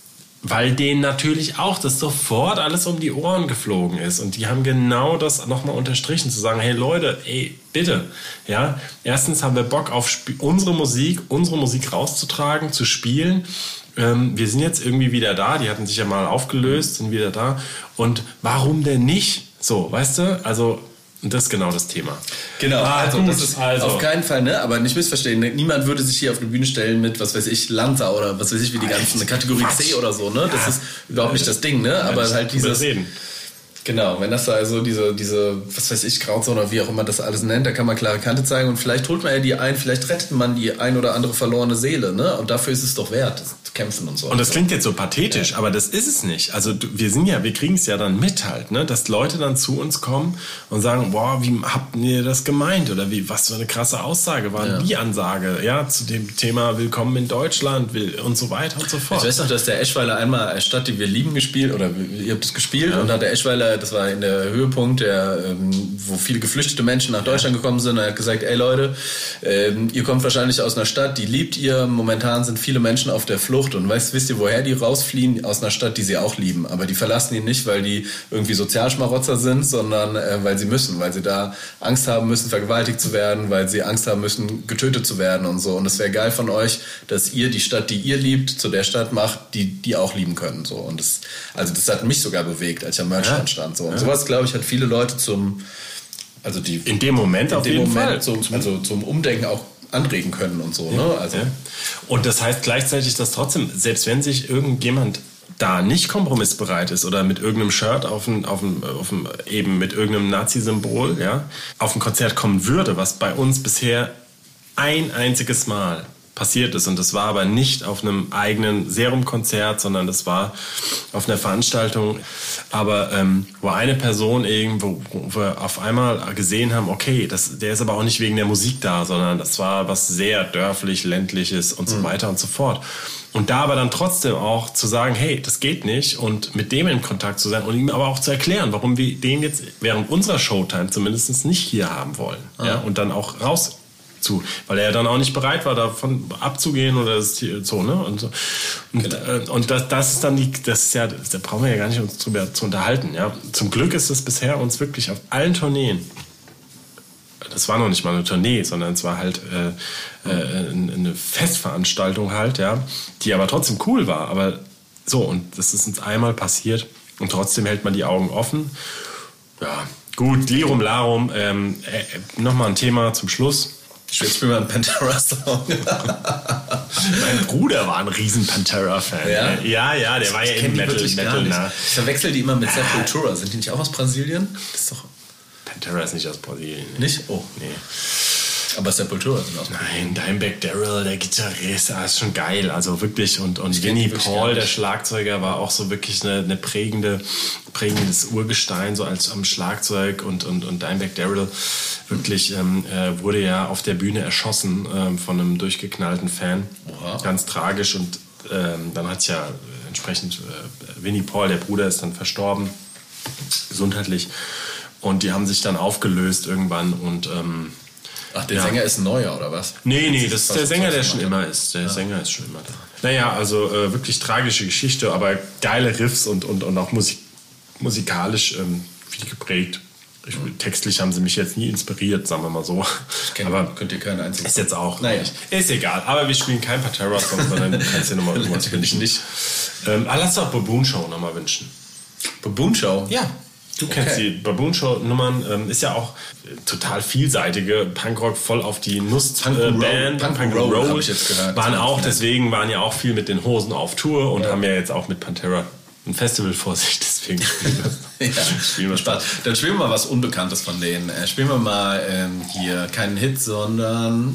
weil denen natürlich auch das sofort alles um die Ohren geflogen ist. Und die haben genau das nochmal unterstrichen, zu sagen, hey Leute, ey, bitte, ja. Erstens haben wir Bock auf Sp- unsere Musik, unsere Musik rauszutragen, zu spielen. Ähm, wir sind jetzt irgendwie wieder da, die hatten sich ja mal aufgelöst, sind wieder da. Und warum denn nicht? So, weißt du? Also, das ist genau das Thema. Genau, ah, also gut, das ist also. Auf keinen Fall, ne? Aber nicht missverstehen, niemand würde sich hier auf eine Bühne stellen mit, was weiß ich, Lanza oder was weiß ich, wie die ganzen, eine Kategorie C oder so, ne? Das ja. ist überhaupt nicht das Ding, ne? Aber ja, halt dieses... Reden. Genau, wenn das da also diese, diese, was weiß ich, Grauzone oder wie auch immer das alles nennt, da kann man klare Kante zeigen und vielleicht holt man ja die ein, vielleicht rettet man die ein oder andere verlorene Seele, ne? Und dafür ist es doch wert, das zu kämpfen und so. Und das klingt jetzt so pathetisch, ja. aber das ist es nicht. Also wir sind ja, wir kriegen es ja dann mit halt, ne? Dass Leute dann zu uns kommen und sagen, boah, wie habt ihr das gemeint? Oder wie, was für eine krasse Aussage war ja. die Ansage, ja, zu dem Thema Willkommen in Deutschland will, und so weiter und so fort. Ich weiß noch, dass der Eschweiler einmal Stadt, die wir lieben, gespielt, oder ihr habt es gespielt, ja. und hat der Eschweiler, das war in der Höhepunkt, der, ähm, wo viele geflüchtete Menschen nach Deutschland ja. gekommen sind. Er hat gesagt, ey Leute, ähm, ihr kommt wahrscheinlich aus einer Stadt, die liebt ihr. Momentan sind viele Menschen auf der Flucht und weißt, wisst ihr, woher die rausfliehen? Aus einer Stadt, die sie auch lieben. Aber die verlassen ihn nicht, weil die irgendwie Sozialschmarotzer sind, sondern äh, weil sie müssen, weil sie da Angst haben müssen, vergewaltigt zu werden, weil sie Angst haben müssen, getötet zu werden und so. Und es wäre geil von euch, dass ihr die Stadt, die ihr liebt, zu der Stadt macht, die die auch lieben können. So. Und das, also das hat mich sogar bewegt, als ich am Merchstand ja. stand. So. Und ja. sowas, glaube ich, hat viele Leute zum, also die in dem Moment in auf dem jeden Moment Fall zum, also zum Umdenken auch anregen können und so. Ja. Ne? Also. Ja. Und das heißt gleichzeitig, dass trotzdem, selbst wenn sich irgendjemand da nicht kompromissbereit ist oder mit irgendeinem Shirt auf ein, auf ein, auf ein, eben mit irgendeinem Nazi-Symbol, ja, auf ein Konzert kommen würde, was bei uns bisher ein einziges Mal passiert ist. Und das war aber nicht auf einem eigenen Serumkonzert, sondern das war auf einer Veranstaltung, aber ähm, wo eine Person irgendwo, wo wir auf einmal gesehen haben, okay, das, der ist aber auch nicht wegen der Musik da, sondern das war was sehr dörflich, ländliches und so mhm. weiter und so fort. Und da aber dann trotzdem auch zu sagen, hey, das geht nicht und mit dem in Kontakt zu sein und ihm aber auch zu erklären, warum wir den jetzt während unserer Showtime zumindest nicht hier haben wollen. Mhm. Ja, und dann auch raus zu, weil er ja dann auch nicht bereit war, davon abzugehen oder das, so, ne? Und, so. und, genau. äh, und das, das ist dann die, das ist ja, da brauchen wir ja gar nicht uns drüber zu unterhalten, ja. Zum Glück ist es bisher uns wirklich auf allen Tourneen, das war noch nicht mal eine Tournee, sondern es war halt äh, äh, eine Festveranstaltung halt, ja, die aber trotzdem cool war, aber so, und das ist uns einmal passiert und trotzdem hält man die Augen offen. Ja, gut, Lirum Larum, ähm, äh, nochmal ein Thema zum Schluss. Ich will jetzt mal einen Pantera-Song. Mein Bruder war ein riesen Pantera-Fan. Ja? ja, ja, der ich war ja in Metal. Metal nah. Ich verwechsel die immer mit Sepultura. Sind die nicht auch aus Brasilien? Das ist doch... Pantera ist nicht aus Brasilien. Nicht? Oh. Nee. Aber Sepultura sind aus Brasilien. Nein, Dimebag Darrell, der Gitarrist, das ist schon geil. Also wirklich. Und, und Vinnie Paul, der Schlagzeuger, war auch so wirklich eine, eine prägende, prägendes Urgestein, so als am Schlagzeug. Und, und, und Dimebag Darrell wirklich ähm, äh, wurde ja auf der Bühne erschossen ähm, von einem durchgeknallten Fan. Oha. Ganz tragisch. Und ähm, dann hat es ja entsprechend äh, Vinnie Paul, der Bruder, ist dann verstorben, gesundheitlich. Und die haben sich dann aufgelöst irgendwann und ähm, ach, der ja. Sänger ist ein neuer, oder was? Nee, nee, das ist der Sänger, der schon immer ist. Der ja. Sänger ist schon immer da. Naja, also äh, wirklich tragische Geschichte, aber geile Riffs und, und, und auch Musik, musikalisch ähm, viel geprägt. Ich, mhm. Textlich haben sie mich jetzt nie inspiriert, sagen wir mal so. Kenn, aber könnt ihr keinen einzigen. Ist jetzt auch. Naja. Ist egal, aber wir spielen kein Pantera-Song, sondern du kannst dir nochmal irgendwas wünschen. Nicht. Ähm, ah, lass doch Baboon Show nochmal wünschen. Baboon Show? Ja. Du kennst okay. die Baboon Show-Nummern, ähm, ist ja auch äh, total vielseitige Punkrock, voll auf die Nuss-Band, äh, Punk, Punk Roll, Roll ich jetzt gehört. Waren auch, deswegen waren ja auch viel mit den Hosen auf Tour und ja. haben ja jetzt auch mit Pantera ein Festival vor sich, deswegen spielen wir, ja. spielen wir Spaß. Dann spielen wir mal was Unbekanntes von denen. Äh, spielen wir mal ähm, hier keinen Hit, sondern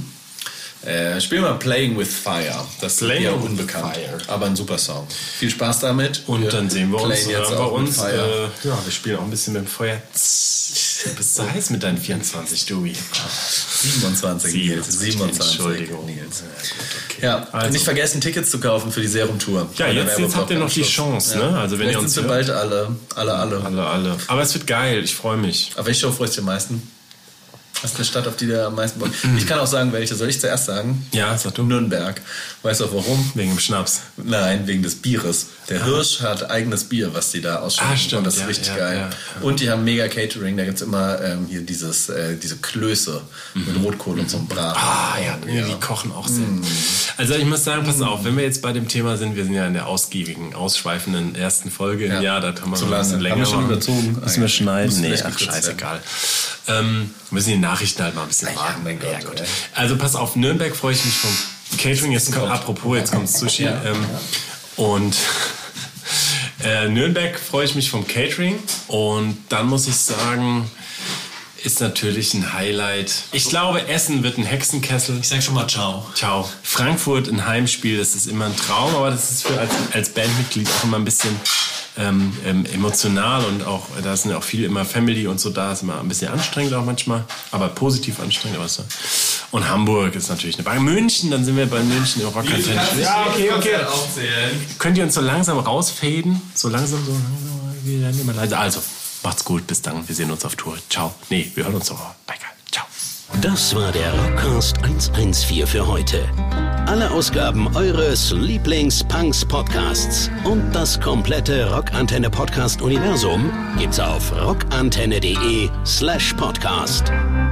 äh, spielen wir mal Playing with Fire. Das ist ja unbekannt, Fire. Aber ein super Song. Viel Spaß damit. Und wir dann sehen wir uns jetzt bei uns. Äh, ja, wir spielen auch ein bisschen mit dem Feuer. Du bist so heiß mit deinen vierundzwanzig, Dewey. siebenundzwanzig, Nils. siebenundzwanzig. Entschuldigung. Nils. Ja, gut, okay. Ja, also. Nicht vergessen, Tickets zu kaufen für die Serum-Tour. Ja, jetzt, jetzt habt ihr noch die Chance, ne? Also wenn ihr uns sind wir bald alle, alle, alle. Alle, alle. Aber es wird geil, ich freue mich. Auf welche Show freust du dich am meisten? Was ist eine Stadt, auf die der am meisten Bock? Ich kann auch sagen, welche. Soll ich zuerst sagen? Ja, sag du. Nürnberg. Weißt du auch warum? Wegen dem Schnaps. Nein, wegen des Bieres. Der Hirsch hat eigenes Bier, was die da ausschenken. Ah, stimmt. Und das ist ja, richtig ja, geil. Ja, ja. Und die haben mega Catering. Da gibt es immer ähm, hier dieses, äh, diese Klöße mhm. mit Rotkohl und so einem Braten. Ah, ja, ja. Die kochen auch sehr. Mhm. Also ich muss sagen, pass auf, wenn wir jetzt bei dem Thema sind, wir sind ja in der ausgiebigen, ausschweifenden ersten Folge ja. im Jahr, da kann man so ein bisschen länger haben wir schon überzogen. Müssen wir schneiden? Nee, ach, scheißegal. Ähm, müssen die Nachrichten halt mal ein bisschen warten. Mein Gott, ja, gut. Also pass auf, Nürnberg freue ich mich vom Catering. Jetzt kommt, apropos, jetzt kommt Sushi. Ja. Ähm, und äh, Nürnberg freue ich mich vom Catering. Und dann muss ich sagen, ist natürlich ein Highlight. Ich glaube, Essen wird ein Hexenkessel. Ich sag schon mal ciao. Ciao. Frankfurt, ein Heimspiel, das ist immer ein Traum, aber das ist für als, als Bandmitglied auch immer ein bisschen ähm, ähm, emotional und auch, da sind ja auch viele immer Family und so, da ist immer ein bisschen anstrengend auch manchmal, aber positiv anstrengend. Aber so. Und Hamburg ist natürlich eine Bank. München, dann sind wir bei München im Rockantenne. Ja, okay, okay. Könnt ihr uns so langsam rausfaden? So langsam, so langsam, wir werden immer leiser. Also, macht's gut, bis dann, wir sehen uns auf Tour. Ciao. Nee, wir hören uns doch. Bye, ciao. Das war der Rockcast hundertvierzehn für heute. Alle Ausgaben eures Lieblings-Punks-Podcasts und das komplette Rockantenne-Podcast-Universum gibt's auf rockantenne.de slash podcast.